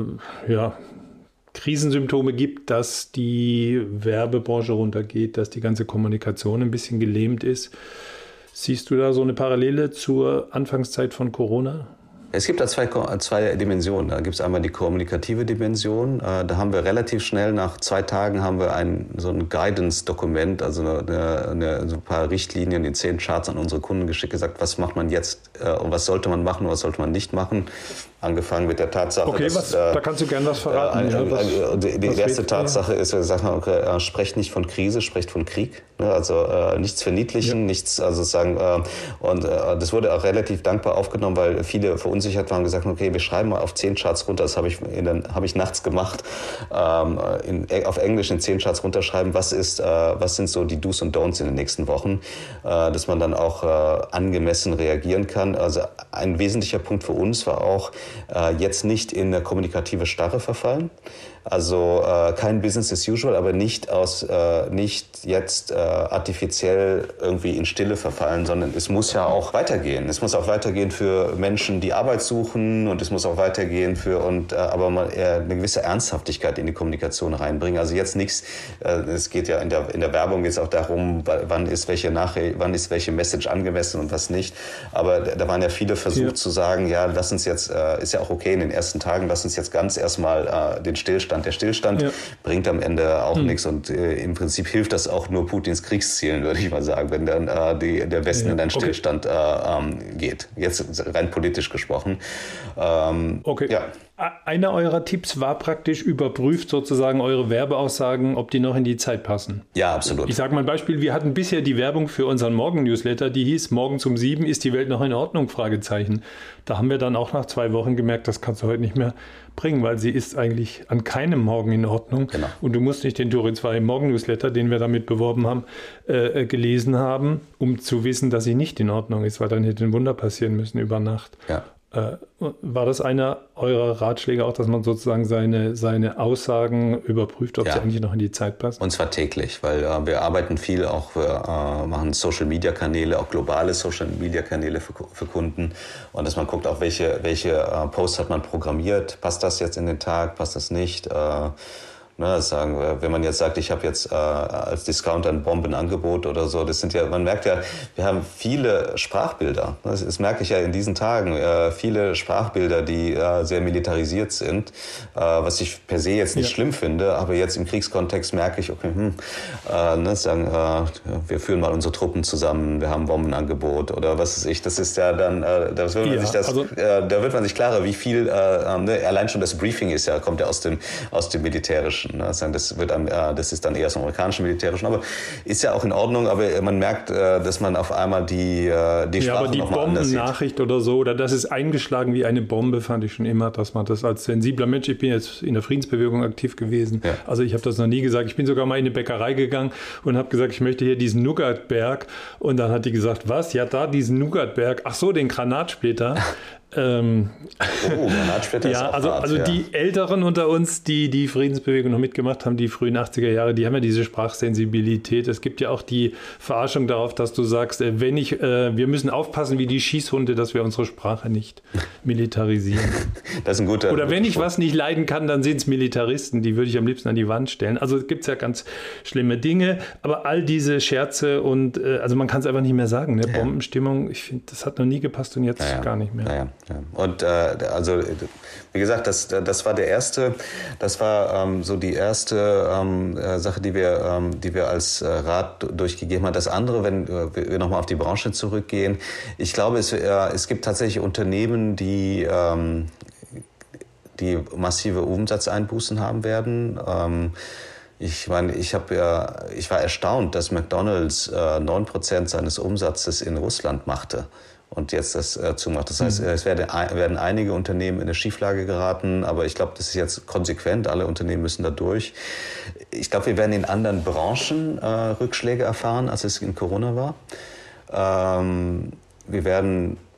ja, Krisensymptome gibt, dass die Werbebranche runtergeht, dass die ganze Kommunikation ein bisschen gelähmt ist? Siehst du da so eine Parallele zur Anfangszeit von Corona? Es gibt da zwei, zwei Dimensionen. Da gibt es einmal die kommunikative Dimension. Da haben wir relativ schnell, nach zwei Tagen, haben wir ein, so ein Guidance-Dokument, also eine, eine, so ein paar Richtlinien in zehn Charts an unsere Kunden geschickt, gesagt, was macht man jetzt und was sollte man machen und was sollte man nicht machen. Angefangen mit der Tatsache, okay, dass... Was, äh, da kannst du gerne was verraten. Äh, ja, was, die die erste Tatsache ist, wir sagen, okay, äh, sprecht nicht von Krise, sprecht von Krieg. Ne? Also äh, nichts Verniedlichen, ja. nichts, also sagen, äh, und äh, das wurde auch relativ dankbar aufgenommen, weil viele verunsichert waren und gesagt haben, okay, wir schreiben mal auf zehn Charts runter, das habe ich, hab ich nachts gemacht, ähm, in, auf Englisch in zehn Charts runterschreiben, was ist, äh, was sind so die Do's und Don'ts in den nächsten Wochen, äh, dass man dann auch äh, angemessen reagieren kann. Also ein wesentlicher Punkt für uns war auch, Äh, jetzt nicht in eine kommunikative Starre verfallen. Also äh, kein Business as usual, aber nicht aus äh, nicht jetzt äh, artifiziell irgendwie in Stille verfallen, sondern es muss ja auch weitergehen. Es muss auch weitergehen für Menschen, die Arbeit suchen, und es muss auch weitergehen für und äh, aber mal eher eine gewisse Ernsthaftigkeit in die Kommunikation reinbringen. Also jetzt nichts. Äh, es geht ja in der in der Werbung jetzt auch darum, wann ist welche Nachricht, wann ist welche Message angemessen und was nicht. Aber da waren ja viele versucht ja. zu sagen, ja, lass uns jetzt äh, ist ja auch okay in den ersten Tagen, lass uns jetzt ganz erstmal äh, den Stillstand Der Stillstand ja. bringt am Ende auch hm. nichts und äh, im Prinzip hilft das auch nur Putins Kriegszielen, würde ich mal sagen, wenn dann äh, die, der Westen ja. in einen okay. Stillstand äh, ähm, geht. Jetzt rein politisch gesprochen. Ähm, okay. Ja. Einer eurer Tipps war praktisch, überprüft sozusagen eure Werbeaussagen, ob die noch in die Zeit passen. Ja, absolut. Ich sage mal ein Beispiel, wir hatten bisher die Werbung für unseren Morgen-Newsletter, die hieß, morgens um sieben ist die Welt noch in Ordnung, Fragezeichen. Da haben wir dann auch nach zwei Wochen gemerkt, das kannst du heute nicht mehr bringen, weil sie ist eigentlich an keinem Morgen in Ordnung. Genau. Und du musst nicht den Turi zwei Morgen-Newsletter, den wir damit beworben haben, äh, gelesen haben, um zu wissen, dass sie nicht in Ordnung ist, weil dann hätte ein Wunder passieren müssen über Nacht. Ja. War das einer eurer Ratschläge auch, dass man sozusagen seine, seine Aussagen überprüft, ob ja. sie eigentlich noch in die Zeit passen? Und zwar täglich, weil äh, wir arbeiten viel, auch wir äh, machen Social-Media-Kanäle, auch globale Social-Media-Kanäle für, für Kunden. Und dass man guckt, auch welche, welche äh, Posts hat man programmiert. Passt das jetzt in den Tag, passt das nicht? Äh, Ne, sagen wir, wenn man jetzt sagt, ich habe jetzt äh, als Discounter ein Bombenangebot oder so, das sind ja, man merkt ja, wir haben viele Sprachbilder. Das, das merke ich ja in diesen Tagen, äh, viele Sprachbilder, die äh, sehr militarisiert sind, äh, was ich per se jetzt nicht ja. schlimm finde, aber jetzt im Kriegskontext merke ich, okay, hm, äh, ne, sagen, äh, wir führen mal unsere Truppen zusammen, wir haben ein Bombenangebot oder was weiß ich. Das ist ja dann, äh, da wird man ja, sich das, also, äh, da wird man sich klarer, wie viel, äh, ne, allein schon das Briefing ist ja, kommt ja aus dem aus dem Militärischen. Das, wird, das ist dann eher aus dem amerikanischen Militärischen, aber ist ja auch in Ordnung, aber man merkt, dass man auf einmal die, die Sprache ja, aber die nochmal anders sieht. Bombennachricht oder so, oder das ist eingeschlagen wie eine Bombe, fand ich schon immer, dass man das als sensibler Mensch, ich bin jetzt in der Friedensbewegung aktiv gewesen, ja. also ich habe das noch nie gesagt, ich bin sogar mal in eine Bäckerei gegangen und habe gesagt, ich möchte hier diesen Nougatberg, und dann hat die gesagt, was, ja da diesen Nougatberg, ach so, den Granatsplitter. Ähm, oh, Granatsplitter ja, ist auch also, hart, also ja. die Älteren unter uns, die die Friedensbewegung noch mitgemacht haben, die frühen achtziger Jahre, die haben ja diese Sprachsensibilität. Es gibt ja auch die Verarschung darauf, dass du sagst, wenn ich, äh, wir müssen aufpassen wie die Schießhunde, dass wir unsere Sprache nicht militarisieren. Das ist ein guter Oder wenn ich was nicht leiden kann, dann sind es Militaristen, die würde ich am liebsten an die Wand stellen. Also es gibt ja ganz schlimme Dinge, aber all diese Scherze und, äh, also man kann es einfach nicht mehr sagen, ne? Ja. Bombenstimmung, ich finde, das hat noch nie gepasst und jetzt ja, ja. gar nicht mehr. Ja, ja. Ja. Und äh, also wie gesagt, das, das war der erste, das war ähm, so die erste ähm, Sache, die wir, ähm, die wir als äh, Rat durchgegeben haben. Das andere, wenn äh, wir nochmal auf die Branche zurückgehen, ich glaube, es, äh, es gibt tatsächlich Unternehmen, die ähm, die massive Umsatzeinbußen haben werden. Ähm, Ich meine, ich habe ja, ich war erstaunt, dass McDonald's äh, neun Prozent seines Umsatzes in Russland machte und jetzt das äh, zumacht. Das heißt, es werden, werden einige Unternehmen in eine Schieflage geraten, aber ich glaube, das ist jetzt konsequent. Alle Unternehmen müssen da durch. Ich glaube, wir werden in anderen Branchen äh, Rückschläge erfahren, als es in Corona war. Ähm, wir werden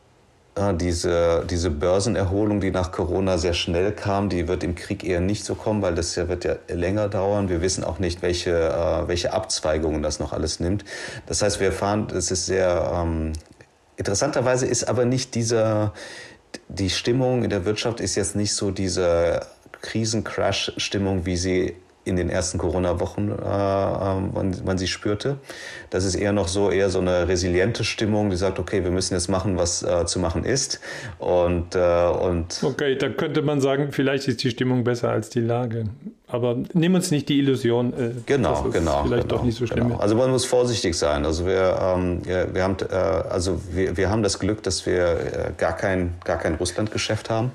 äh, diese, diese Börsenerholung, die nach Corona sehr schnell kam, die wird im Krieg eher nicht so kommen, weil das ja, wird ja länger dauern. Wir wissen auch nicht, welche, äh, welche Abzweigungen das noch alles nimmt. Das heißt, wir fahren, es ist sehr, ähm, interessanterweise ist aber nicht dieser, die Stimmung in der Wirtschaft ist jetzt nicht so diese Krisen-Crash-Stimmung, wie sie in den ersten Corona-Wochen, äh, man, man sie spürte. Das ist eher noch so, eher so eine resiliente Stimmung, die sagt, okay, wir müssen jetzt machen, was äh, zu machen ist. Und, äh, und okay, da könnte man sagen, vielleicht ist die Stimmung besser als die Lage. Aber nimm uns nicht die Illusion, äh, genau, dass es genau, vielleicht genau, doch nicht so schlimm genau. ist. Also man muss vorsichtig sein. Also wir, ähm, wir, wir, haben, äh, also wir, wir haben das Glück, dass wir äh, gar kein, gar kein Russland-Geschäft haben.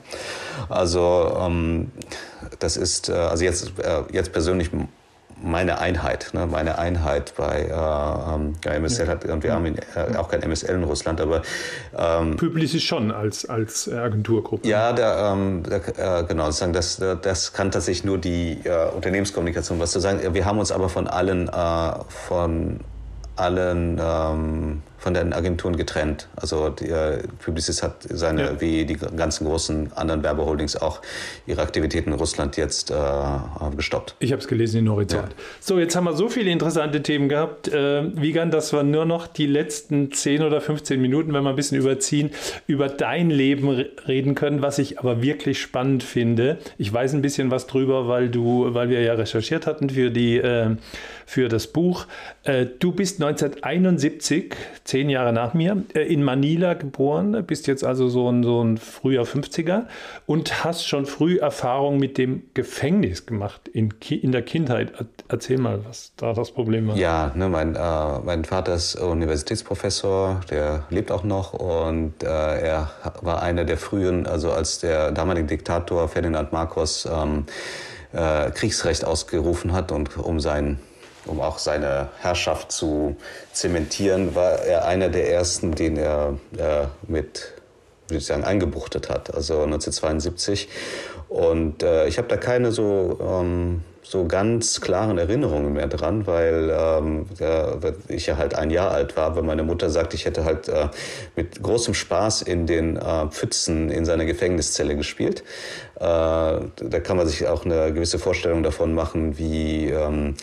Also ähm, das ist, äh, also jetzt, äh, jetzt persönlich meine Einheit, ne? meine Einheit bei äh, M S L hat, und wir haben äh, auch kein M S L in Russland, aber ähm, Publicis schon als, als Agenturgruppe. Ja, der, ähm, der, äh, genau, sozusagen das, das kann tatsächlich nur die äh, Unternehmenskommunikation was zu sagen. Wir haben uns aber von allen, äh, von allen ähm, von den Agenturen getrennt. Also die, äh, Publicis hat seine, ja. wie die ganzen großen anderen Werbeholdings auch ihre Aktivitäten in Russland jetzt äh, gestoppt. Ich habe es gelesen in Horizont. Ja. So, jetzt haben wir so viele interessante Themen gehabt. Äh, Wiegand, das waren nur noch die letzten zehn oder fünfzehn Minuten, wenn wir ein bisschen überziehen, über dein Leben reden können, was ich aber wirklich spannend finde. Ich weiß ein bisschen was drüber, weil du, weil wir ja recherchiert hatten für die äh, für das Buch. Äh, du bist neunzehnhunderteinundsiebzig, zehn Jahre nach mir, äh, in Manila geboren, bist jetzt also so ein, so ein früher fünfziger und hast schon früh Erfahrung mit dem Gefängnis gemacht in, Ki- in der Kindheit. Erzähl mal, was da das Problem war. Ja, ne, mein, äh, mein Vater ist Universitätsprofessor, der lebt auch noch und äh, er war einer der frühen, also als der damalige Diktator Ferdinand Marcos ähm, äh, Kriegsrecht ausgerufen hat und um sein Um auch seine Herrschaft zu zementieren, war er einer der ersten, den er äh, mit, würde ich sagen, eingebuchtet hat, also neunzehnhundertzweiundsiebzig. Und äh, ich habe da keine so, ähm, so ganz klaren Erinnerungen mehr dran, weil ähm, äh, ich ja halt ein Jahr alt war, weil meine Mutter sagt, ich hätte halt äh, mit großem Spaß in den äh, Pfützen in seiner Gefängniszelle gespielt. Äh, da kann man sich auch eine gewisse Vorstellung davon machen, wie ähm,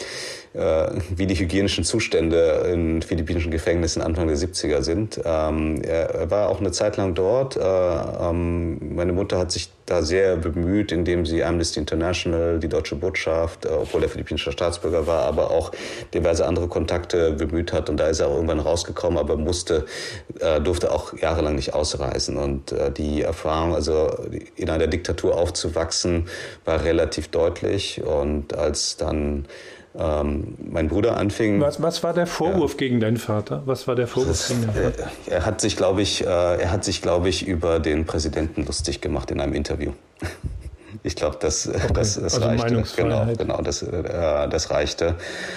wie die hygienischen Zustände in philippinischen Gefängnissen Anfang der siebziger sind. Ähm, er war auch eine Zeit lang dort. Äh, ähm, meine Mutter hat sich da sehr bemüht, indem sie Amnesty International, die deutsche Botschaft, äh, obwohl er philippinischer Staatsbürger war, aber auch diverse andere Kontakte bemüht hat. Und da ist er auch irgendwann rausgekommen, aber musste, äh, durfte auch jahrelang nicht ausreisen. Und äh, die Erfahrung, also in einer Diktatur aufzuwachsen, war relativ deutlich. Und als dann Ähm, mein Bruder anfing. Was, was war der Vorwurf ja. gegen deinen Vater? Was war der Vorwurf das, gegen deinen Vater? Er, er hat sich, glaube ich, äh, er hat sich, glaube ich, über den Präsidenten lustig gemacht in einem Interview. Ich glaube, das, okay. das, das also reichte. Genau, genau, das, äh, das reichte.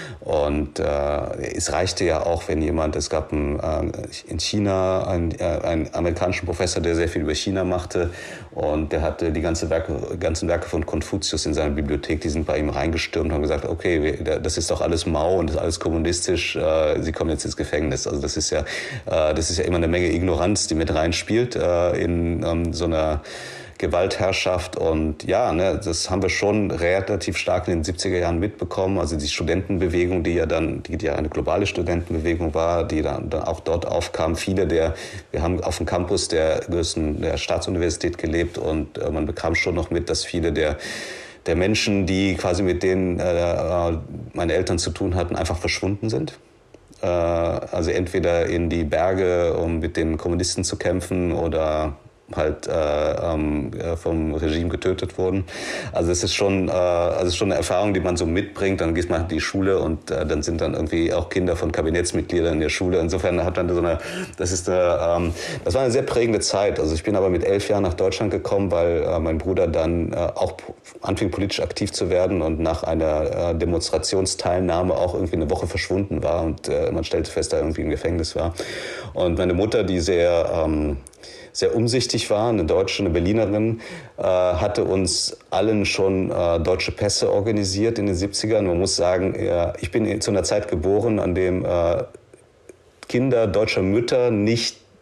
Und äh, es reichte ja auch, wenn jemand, es gab ein, äh, in China einen, äh, einen amerikanischen Professor, der sehr viel über China machte und der hatte die ganze Werke, ganzen Werke von Konfuzius in seiner Bibliothek, die sind bei ihm reingestürmt und haben gesagt, okay, das ist doch alles Mao und das ist alles kommunistisch, äh, Sie kommen jetzt ins Gefängnis. Also das ist ja, äh, das ist ja immer eine Menge Ignoranz, die mit reinspielt äh, in ähm, so einer Gewaltherrschaft. Und ja, ne, das haben wir schon relativ stark in den siebziger Jahren mitbekommen. Also die Studentenbewegung, die ja dann, die ja eine globale Studentenbewegung war, die dann, dann auch dort aufkam. Viele der, wir haben auf dem Campus der größten der Staatsuniversität gelebt und äh, man bekam schon noch mit, dass viele der der Menschen, die quasi mit denen äh, meine Eltern zu tun hatten, einfach verschwunden sind. Äh, also entweder in die Berge, um mit den Kommunisten zu kämpfen, oder halt äh, ähm, vom Regime getötet wurden. Also es ist schon, äh, also es ist schon eine Erfahrung, die man so mitbringt. Dann geht man in die Schule und äh, dann sind dann irgendwie auch Kinder von Kabinettsmitgliedern in der Schule. Insofern hat dann so eine, das ist eine, ähm, das war eine sehr prägende Zeit. Also ich bin aber mit elf Jahren nach Deutschland gekommen, weil äh, mein Bruder dann äh, auch anfing politisch aktiv zu werden und nach einer äh, Demonstrationsteilnahme auch irgendwie eine Woche verschwunden war und äh, man stellte fest, dass er irgendwie im Gefängnis war. Und meine Mutter, die sehr ähm, sehr umsichtig war, eine Deutsche, eine Berlinerin, äh, hatte uns allen schon äh, deutsche Pässe organisiert in den siebzigern. Man muss sagen, ja, ich bin zu einer Zeit geboren, an dem äh, Kinder deutscher Mütter nicht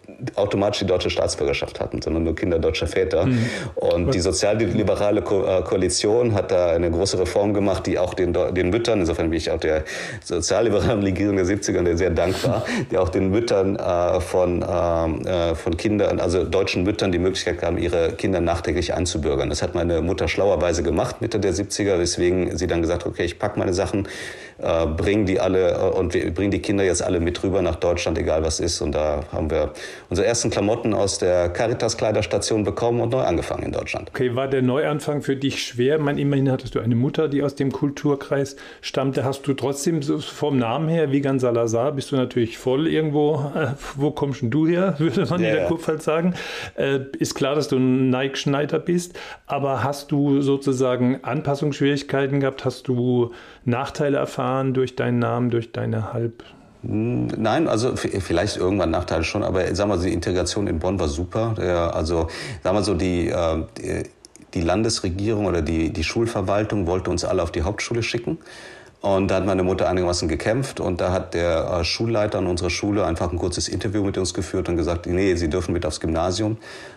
automatisch die deutsche Staatsbürgerschaft hatten, sondern nur Kinder deutscher Väter. Mhm. Und die sozialliberale Ko- äh, Koalition hat da eine große Reform gemacht, die auch den, den Müttern, insofern bin ich auch der sozialliberalen Regierung der siebziger sehr dankbar, die auch den Müttern äh, von, äh, von Kindern, also deutschen Müttern, die Möglichkeit gaben, ihre Kinder nachträglich einzubürgern. Das hat meine Mutter schlauerweise gemacht, Mitte der siebziger, weswegen sie dann gesagt hat, okay, ich packe meine Sachen, äh, bringe die alle äh, und wir bringen die Kinder jetzt alle mit rüber nach Deutschland, egal was ist. Und da haben wir unsere ersten Klamotten aus der Caritas-Kleiderstation bekommen und neu angefangen in Deutschland. Okay, war der Neuanfang für dich schwer? Ich meine, immerhin hattest du eine Mutter, die aus dem Kulturkreis stammte. Hast du trotzdem so vom Namen her, Wiegand Salazar, bist du natürlich voll irgendwo, äh, wo kommst denn du her, würde man yeah. in der Kurpfalz sagen. Äh, ist klar, dass du ein Nike-Schneider bist, aber hast du sozusagen Anpassungsschwierigkeiten gehabt? Hast du Nachteile erfahren durch deinen Namen, durch deine Halb... Nein, also vielleicht irgendwann Nachteile schon, aber sagen wir mal, die Integration in Bonn war super. Also sagen wir so, die, die Landesregierung oder die, die Schulverwaltung wollte uns alle auf die Hauptschule schicken. Und da hat meine Mutter einigermaßen gekämpft und da hat der Schulleiter an unserer Schule einfach ein kurzes Interview mit uns geführt und gesagt, nee, Sie dürfen mit aufs Gymnasium.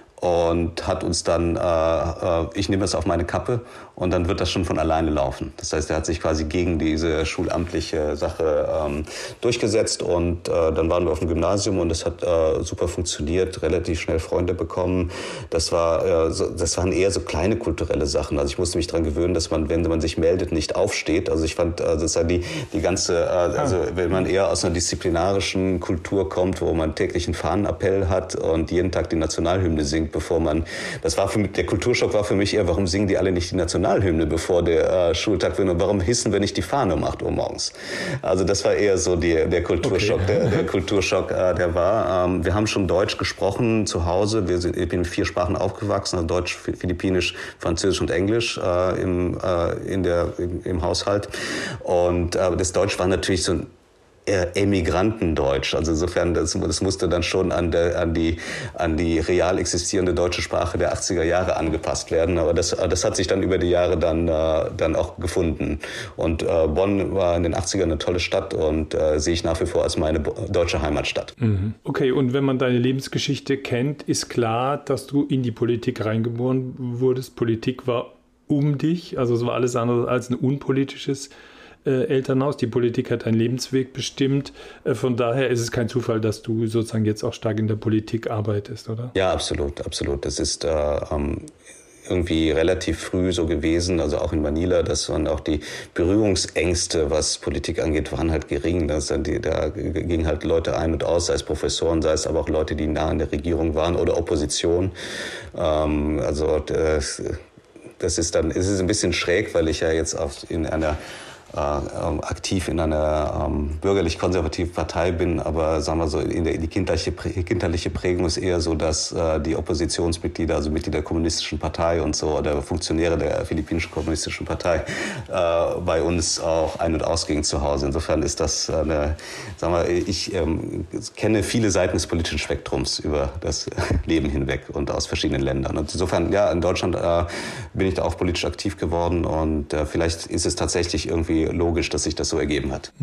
Und hat uns dann, äh, ich nehme das auf meine Kappe und dann wird das schon von alleine laufen. Das heißt, er hat sich quasi gegen diese schulamtliche Sache ähm, durchgesetzt und äh, dann waren wir auf dem Gymnasium und es hat äh, super funktioniert, relativ schnell Freunde bekommen. Das war, äh, so, das waren eher so kleine kulturelle Sachen. Also ich musste mich daran gewöhnen, dass man, wenn man sich meldet, nicht aufsteht. Also ich fand, äh, das die, die ganze, äh, also wenn man eher aus einer disziplinarischen Kultur kommt, wo man täglich einen Fahnenappell hat und jeden Tag die Nationalhymne singt, bevor man, das war für mich, der Kulturschock war für mich eher, warum singen die alle nicht die Nationalhymne, bevor der äh, Schultag wird und warum hissen wir nicht die Fahne um acht Uhr morgens? Also das war eher so die, der Kulturschock, okay. der, der Kulturschock, äh, der war. Ähm, wir haben schon Deutsch gesprochen zu Hause, wir sind, ich bin in vier Sprachen aufgewachsen, also Deutsch, Philippinisch, Französisch und Englisch äh, im, äh, in der, im, im Haushalt und äh, das Deutsch war natürlich so ein Emigrantendeutsch. Also insofern, das, das musste dann schon an, der, an, die, an die real existierende deutsche Sprache der achtziger Jahre angepasst werden. Aber das, das hat sich dann über die Jahre dann, äh, dann auch gefunden. Und äh, Bonn war in den achtzigern eine tolle Stadt und äh, sehe ich nach wie vor als meine deutsche Heimatstadt. Mhm. Okay, und wenn man deine Lebensgeschichte kennt, ist klar, dass du in die Politik reingeboren wurdest. Politik war um dich, also es war alles andere als ein unpolitisches Äh, Elternhaus. Die Politik hat deinen Lebensweg bestimmt. Äh, von daher ist es kein Zufall, dass du sozusagen jetzt auch stark in der Politik arbeitest, oder? Ja, absolut, absolut. Das ist äh, ähm, irgendwie relativ früh so gewesen, also auch in Manila, dass man auch die Berührungsängste, was Politik angeht, waren halt gering. Das dann die, da gingen halt Leute ein und aus, sei es Professoren, sei es aber auch Leute, die nah an der Regierung waren oder Opposition. Ähm, also das, das ist dann, ist es ein bisschen schräg, weil ich ja jetzt auch in einer Äh, ähm, aktiv in einer ähm, bürgerlich-konservativen Partei bin, aber sagen wir so, in der, die kindliche, kinderliche Prägung ist eher so, dass äh, die Oppositionsmitglieder, also Mitglieder der kommunistischen Partei und so, oder Funktionäre der philippinischen kommunistischen Partei äh, bei uns auch ein- und ausgingen zu Hause. Insofern ist das eine, sagen wir, ich ähm, kenne viele Seiten des politischen Spektrums über das Leben hinweg und aus verschiedenen Ländern. Und insofern, ja, in Deutschland äh, bin ich da auch politisch aktiv geworden und äh, vielleicht ist es tatsächlich irgendwie logisch, dass sich das so ergeben hat.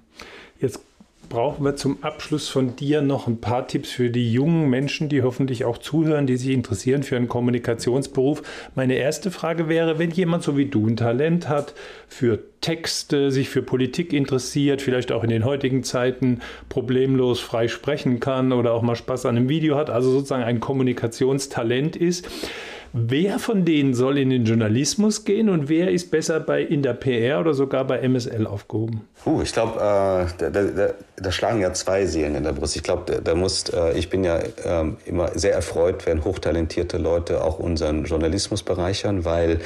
Jetzt brauchen wir zum Abschluss von dir noch ein paar Tipps für die jungen Menschen, die hoffentlich auch zuhören, die sich interessieren für einen Kommunikationsberuf. Meine erste Frage wäre, wenn jemand so wie du ein Talent hat für Texte, sich für Politik interessiert, vielleicht auch in den heutigen Zeiten problemlos frei sprechen kann oder auch mal Spaß an einem Video hat, also sozusagen ein Kommunikationstalent ist, wer von denen soll in den Journalismus gehen und wer ist besser bei in der P R oder sogar bei M S L aufgehoben? Uh, ich glaube, äh, da, da, da schlagen ja zwei Seelen in der Brust. Ich glaube, da, da muss, äh, ich bin ja äh, immer sehr erfreut, wenn hochtalentierte Leute auch unseren Journalismus bereichern, weil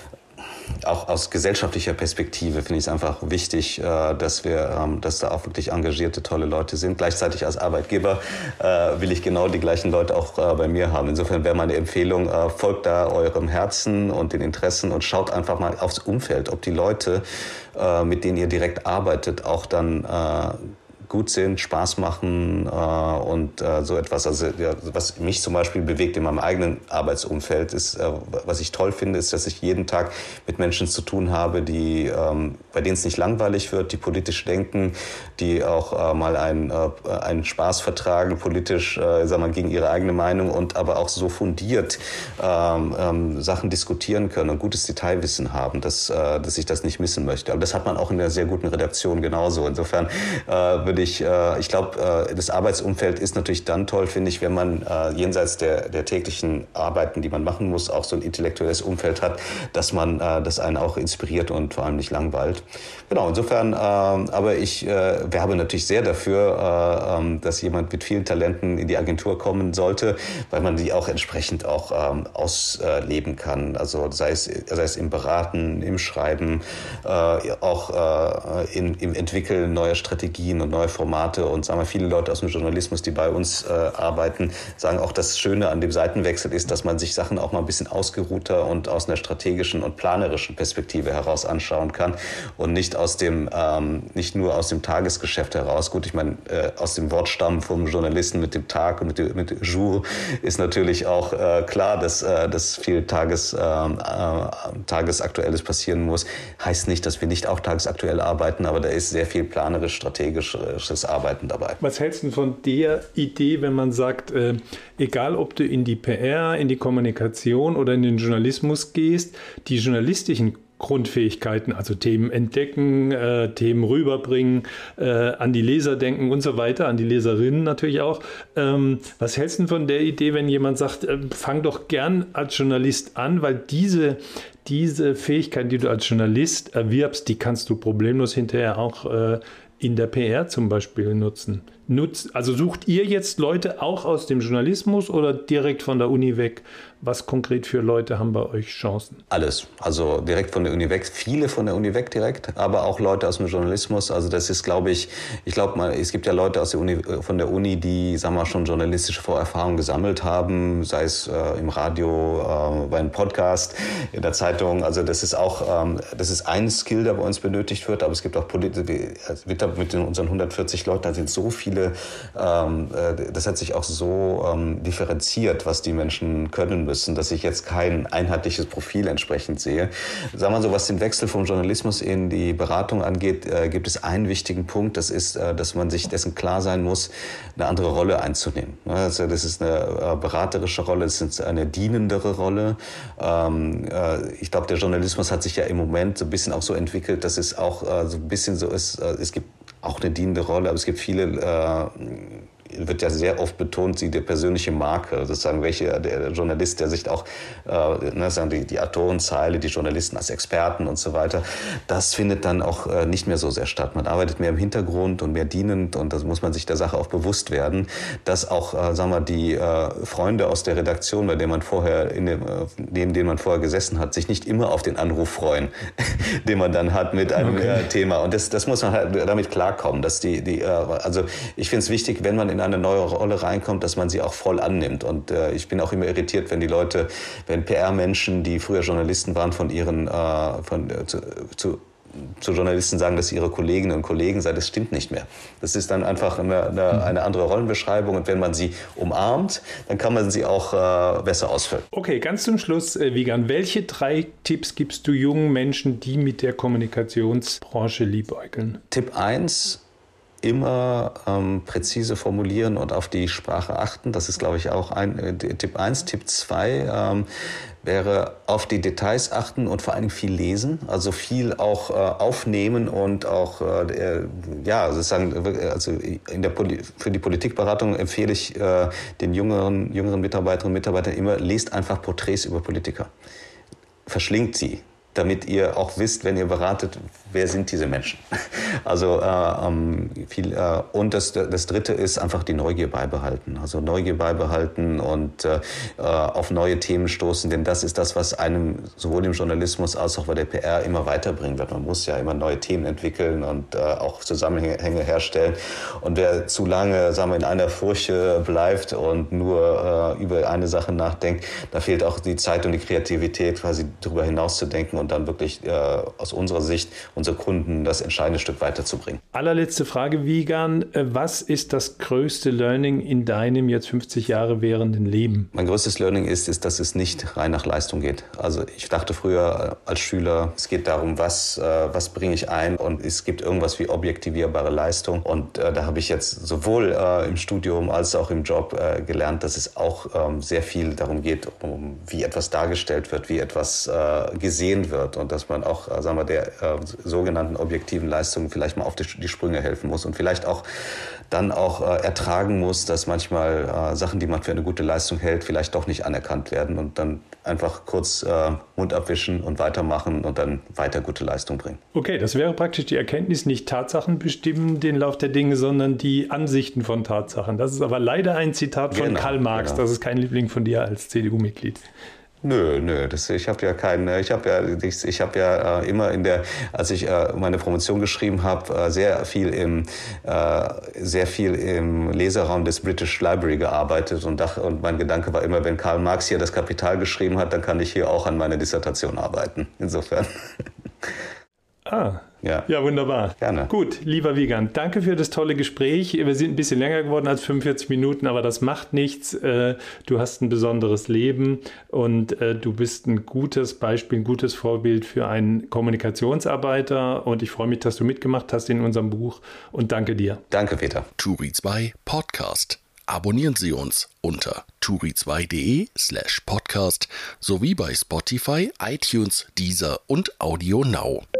auch aus gesellschaftlicher Perspektive finde ich es einfach wichtig, dass wir, dass da auch wirklich engagierte, tolle Leute sind. Gleichzeitig als Arbeitgeber will ich genau die gleichen Leute auch bei mir haben. Insofern wäre meine Empfehlung, folgt da eurem Herzen und den Interessen und schaut einfach mal aufs Umfeld, ob die Leute, mit denen ihr direkt arbeitet, auch dann gut sind, Spaß machen äh, und äh, so etwas. Also ja, was mich zum Beispiel bewegt in meinem eigenen Arbeitsumfeld ist, äh, was ich toll finde, ist, dass ich jeden Tag mit Menschen zu tun habe, die, ähm, bei denen es nicht langweilig wird, die politisch denken, die auch äh, mal einen, äh, einen Spaß vertragen, politisch, äh, sagen wir mal, gegen ihre eigene Meinung und aber auch so fundiert ähm, ähm, Sachen diskutieren können und gutes Detailwissen haben, dass, äh, dass ich das nicht missen möchte. Aber das hat man auch in einer sehr guten Redaktion genauso. Insofern äh, würde ich, äh, ich glaube, äh, das Arbeitsumfeld ist natürlich dann toll, finde ich, wenn man äh, jenseits der, der täglichen Arbeiten, die man machen muss, auch so ein intellektuelles Umfeld hat, dass man, äh, das einen auch inspiriert und vor allem nicht langweilt. Genau, insofern, äh, aber ich äh, werbe natürlich sehr dafür, äh, äh, dass jemand mit vielen Talenten in die Agentur kommen sollte, weil man die auch entsprechend auch ähm, ausleben kann. Also sei es, sei es im Beraten, im Schreiben, äh, auch äh, in, im Entwickeln neuer Strategien und neue Formate. Und sagen wir, viele Leute aus dem Journalismus, die bei uns äh, arbeiten, sagen auch, das Schöne an dem Seitenwechsel ist, dass man sich Sachen auch mal ein bisschen ausgeruhter und aus einer strategischen und planerischen Perspektive heraus anschauen kann und nicht aus dem, ähm, nicht nur aus dem Tagesgeschäft heraus. Gut, ich meine, äh, aus dem Wortstamm vom Journalisten mit dem Tag und mit dem mit Jour ist natürlich auch äh, klar, dass, äh, dass viel Tages, äh, äh, Tagesaktuelles passieren muss. Heißt nicht, dass wir nicht auch tagesaktuell arbeiten, aber da ist sehr viel planerisch, strategisches Arbeiten dabei. Was hältst du von der Idee, wenn man sagt, äh, egal ob du in die P R, in die Kommunikation oder in den Journalismus gehst, die journalistischen Grundfähigkeiten, also Themen entdecken, äh, Themen rüberbringen, äh, an die Leser denken und so weiter, an die Leserinnen natürlich auch. Ähm, was hältst du von der Idee, wenn jemand sagt, äh, fang doch gern als Journalist an, weil diese, diese Fähigkeiten, die du als Journalist erwirbst, die kannst du problemlos hinterher auch äh, in der P R zum Beispiel nutzen. Nutzt, also sucht ihr jetzt Leute auch aus dem Journalismus oder direkt von der Uni weg? Was konkret für Leute haben bei euch Chancen? Alles. Also direkt von der Uni weg. Viele von der Uni weg direkt, aber auch Leute aus dem Journalismus. Also das ist, glaube ich, ich glaube mal, es gibt ja Leute aus der Uni, von der Uni, die, sagen wir mal, schon journalistische Vorerfahrungen gesammelt haben, sei es äh, im Radio, äh, bei einem Podcast, in der Zeitung. Also das ist auch, ähm, das ist ein Skill, der bei uns benötigt wird, aber es gibt auch Politiker, mit unseren hundertvierzig Leuten, da sind so viele, ähm, das hat sich auch so ähm, differenziert, was die Menschen können müssen, dass ich jetzt kein einheitliches Profil entsprechend sehe. Sagen wir so, was den Wechsel vom Journalismus in die Beratung angeht, äh, gibt es einen wichtigen Punkt, das ist, äh, dass man sich dessen klar sein muss, eine andere Rolle einzunehmen. Also das ist eine äh, beraterische Rolle, das ist eine dienendere Rolle. Ähm, äh, ich glaube, der Journalismus hat sich ja im Moment so ein bisschen auch so entwickelt, dass es auch äh, so ein bisschen so ist, äh, es gibt auch eine dienende Rolle, aber es gibt viele, äh, wird ja sehr oft betont, die, die persönliche Marke, sozusagen welche, der Journalist, der sich auch, äh, ne, sagen die, die Autorenzeile, die Journalisten als Experten und so weiter, das findet dann auch äh, nicht mehr so sehr statt. Man arbeitet mehr im Hintergrund und mehr dienend und das muss man sich der Sache auch bewusst werden, dass auch, äh, sagen wir, die äh, Freunde aus der Redaktion, bei denen man vorher, in dem, äh, neben denen man vorher gesessen hat, sich nicht immer auf den Anruf freuen, den man dann hat mit einem okay. äh, Thema. Und das, das muss man halt damit klarkommen, dass die, die äh, also ich finde es wichtig, wenn man in eine neue Rolle reinkommt, dass man sie auch voll annimmt. Und äh, ich bin auch immer irritiert, wenn die Leute, wenn P R-Menschen, die früher Journalisten waren, von ihren, äh, von, äh, zu, zu zu Journalisten sagen, dass sie ihre Kolleginnen und Kollegen seien, das stimmt nicht mehr. Das ist dann einfach eine, eine, eine andere Rollenbeschreibung und wenn man sie umarmt, dann kann man sie auch äh, besser ausfüllen. Okay, ganz zum Schluss, äh, Wiegand, welche drei Tipps gibst du jungen Menschen, die mit der Kommunikationsbranche liebäugeln? Tipp eins, immer ähm, präzise formulieren und auf die Sprache achten. Das ist, glaube ich, auch ein äh, Tipp eins. Tipp zwei ähm, wäre auf die Details achten und vor allem viel lesen. Also viel auch äh, aufnehmen und auch, äh, ja, sozusagen, also in der Poli- für die Politikberatung empfehle ich äh, den jüngeren, jüngeren Mitarbeiterinnen und Mitarbeitern immer, lest einfach Porträts über Politiker. Verschlingt sie, damit ihr auch wisst, wenn ihr beratet, wer sind diese Menschen. Also äh, viel, äh, und das, das Dritte ist einfach die Neugier beibehalten. Also Neugier beibehalten und äh, auf neue Themen stoßen, denn das ist das, was einem sowohl im Journalismus als auch bei der P R immer weiterbringen wird. Man muss ja immer neue Themen entwickeln und äh, auch Zusammenhänge herstellen. Und wer zu lange, sagen wir, in einer Furche bleibt und nur äh, über eine Sache nachdenkt, da fehlt auch die Zeit und die Kreativität, quasi darüber hinaus zu denken und und dann wirklich äh, aus unserer Sicht unsere Kunden das entscheidende Stück weiterzubringen. Allerletzte Frage, Wiegand. Was ist das größte Learning in deinem jetzt fünfzig Jahre währenden Leben? Mein größtes Learning ist, ist, dass es nicht rein nach Leistung geht. Also ich dachte früher als Schüler, es geht darum, was, äh, was bringe ich ein, und es gibt irgendwas wie objektivierbare Leistung. Und äh, da habe ich jetzt sowohl äh, im Studium als auch im Job äh, gelernt, dass es auch ähm, sehr viel darum geht, um wie etwas dargestellt wird, wie etwas äh, gesehen wird, und dass man auch, äh, sagen wir, der äh, sogenannten objektiven Leistung vielleicht mal auf die, die Sprünge helfen muss und vielleicht auch dann auch äh, ertragen muss, dass manchmal äh, Sachen, die man für eine gute Leistung hält, vielleicht doch nicht anerkannt werden, und dann einfach kurz äh, Mund abwischen und weitermachen und dann weiter gute Leistung bringen. Okay, das wäre praktisch die Erkenntnis, nicht Tatsachen bestimmen den Lauf der Dinge, sondern die Ansichten von Tatsachen. Das ist aber leider ein Zitat von Genau, Karl Marx. genau. Das ist kein Liebling von dir als C D U-Mitglied. Nö, nö, das, ich habe ja keine, ich habe ja, ich, ich habe ja äh, immer in der, als ich äh, meine Promotion geschrieben habe, äh, sehr viel im, äh, sehr viel im Leseraum des British Library gearbeitet, und, dach, und mein Gedanke war immer, wenn Karl Marx hier das Kapital geschrieben hat, dann kann ich hier auch an meiner Dissertation arbeiten. Insofern. Ah, ja. ja, wunderbar. Gerne. Gut, lieber Wiegand, danke für das tolle Gespräch. Wir sind ein bisschen länger geworden als fünfundvierzig Minuten, aber das macht nichts. Du hast ein besonderes Leben und du bist ein gutes Beispiel, ein gutes Vorbild für einen Kommunikationsarbeiter, und ich freue mich, dass du mitgemacht hast in unserem Buch, und danke dir. Danke, Peter. Turi zwei Podcast. Abonnieren Sie uns unter turi zwei punkt de slash podcast sowie bei Spotify, iTunes, Deezer und Audio Now.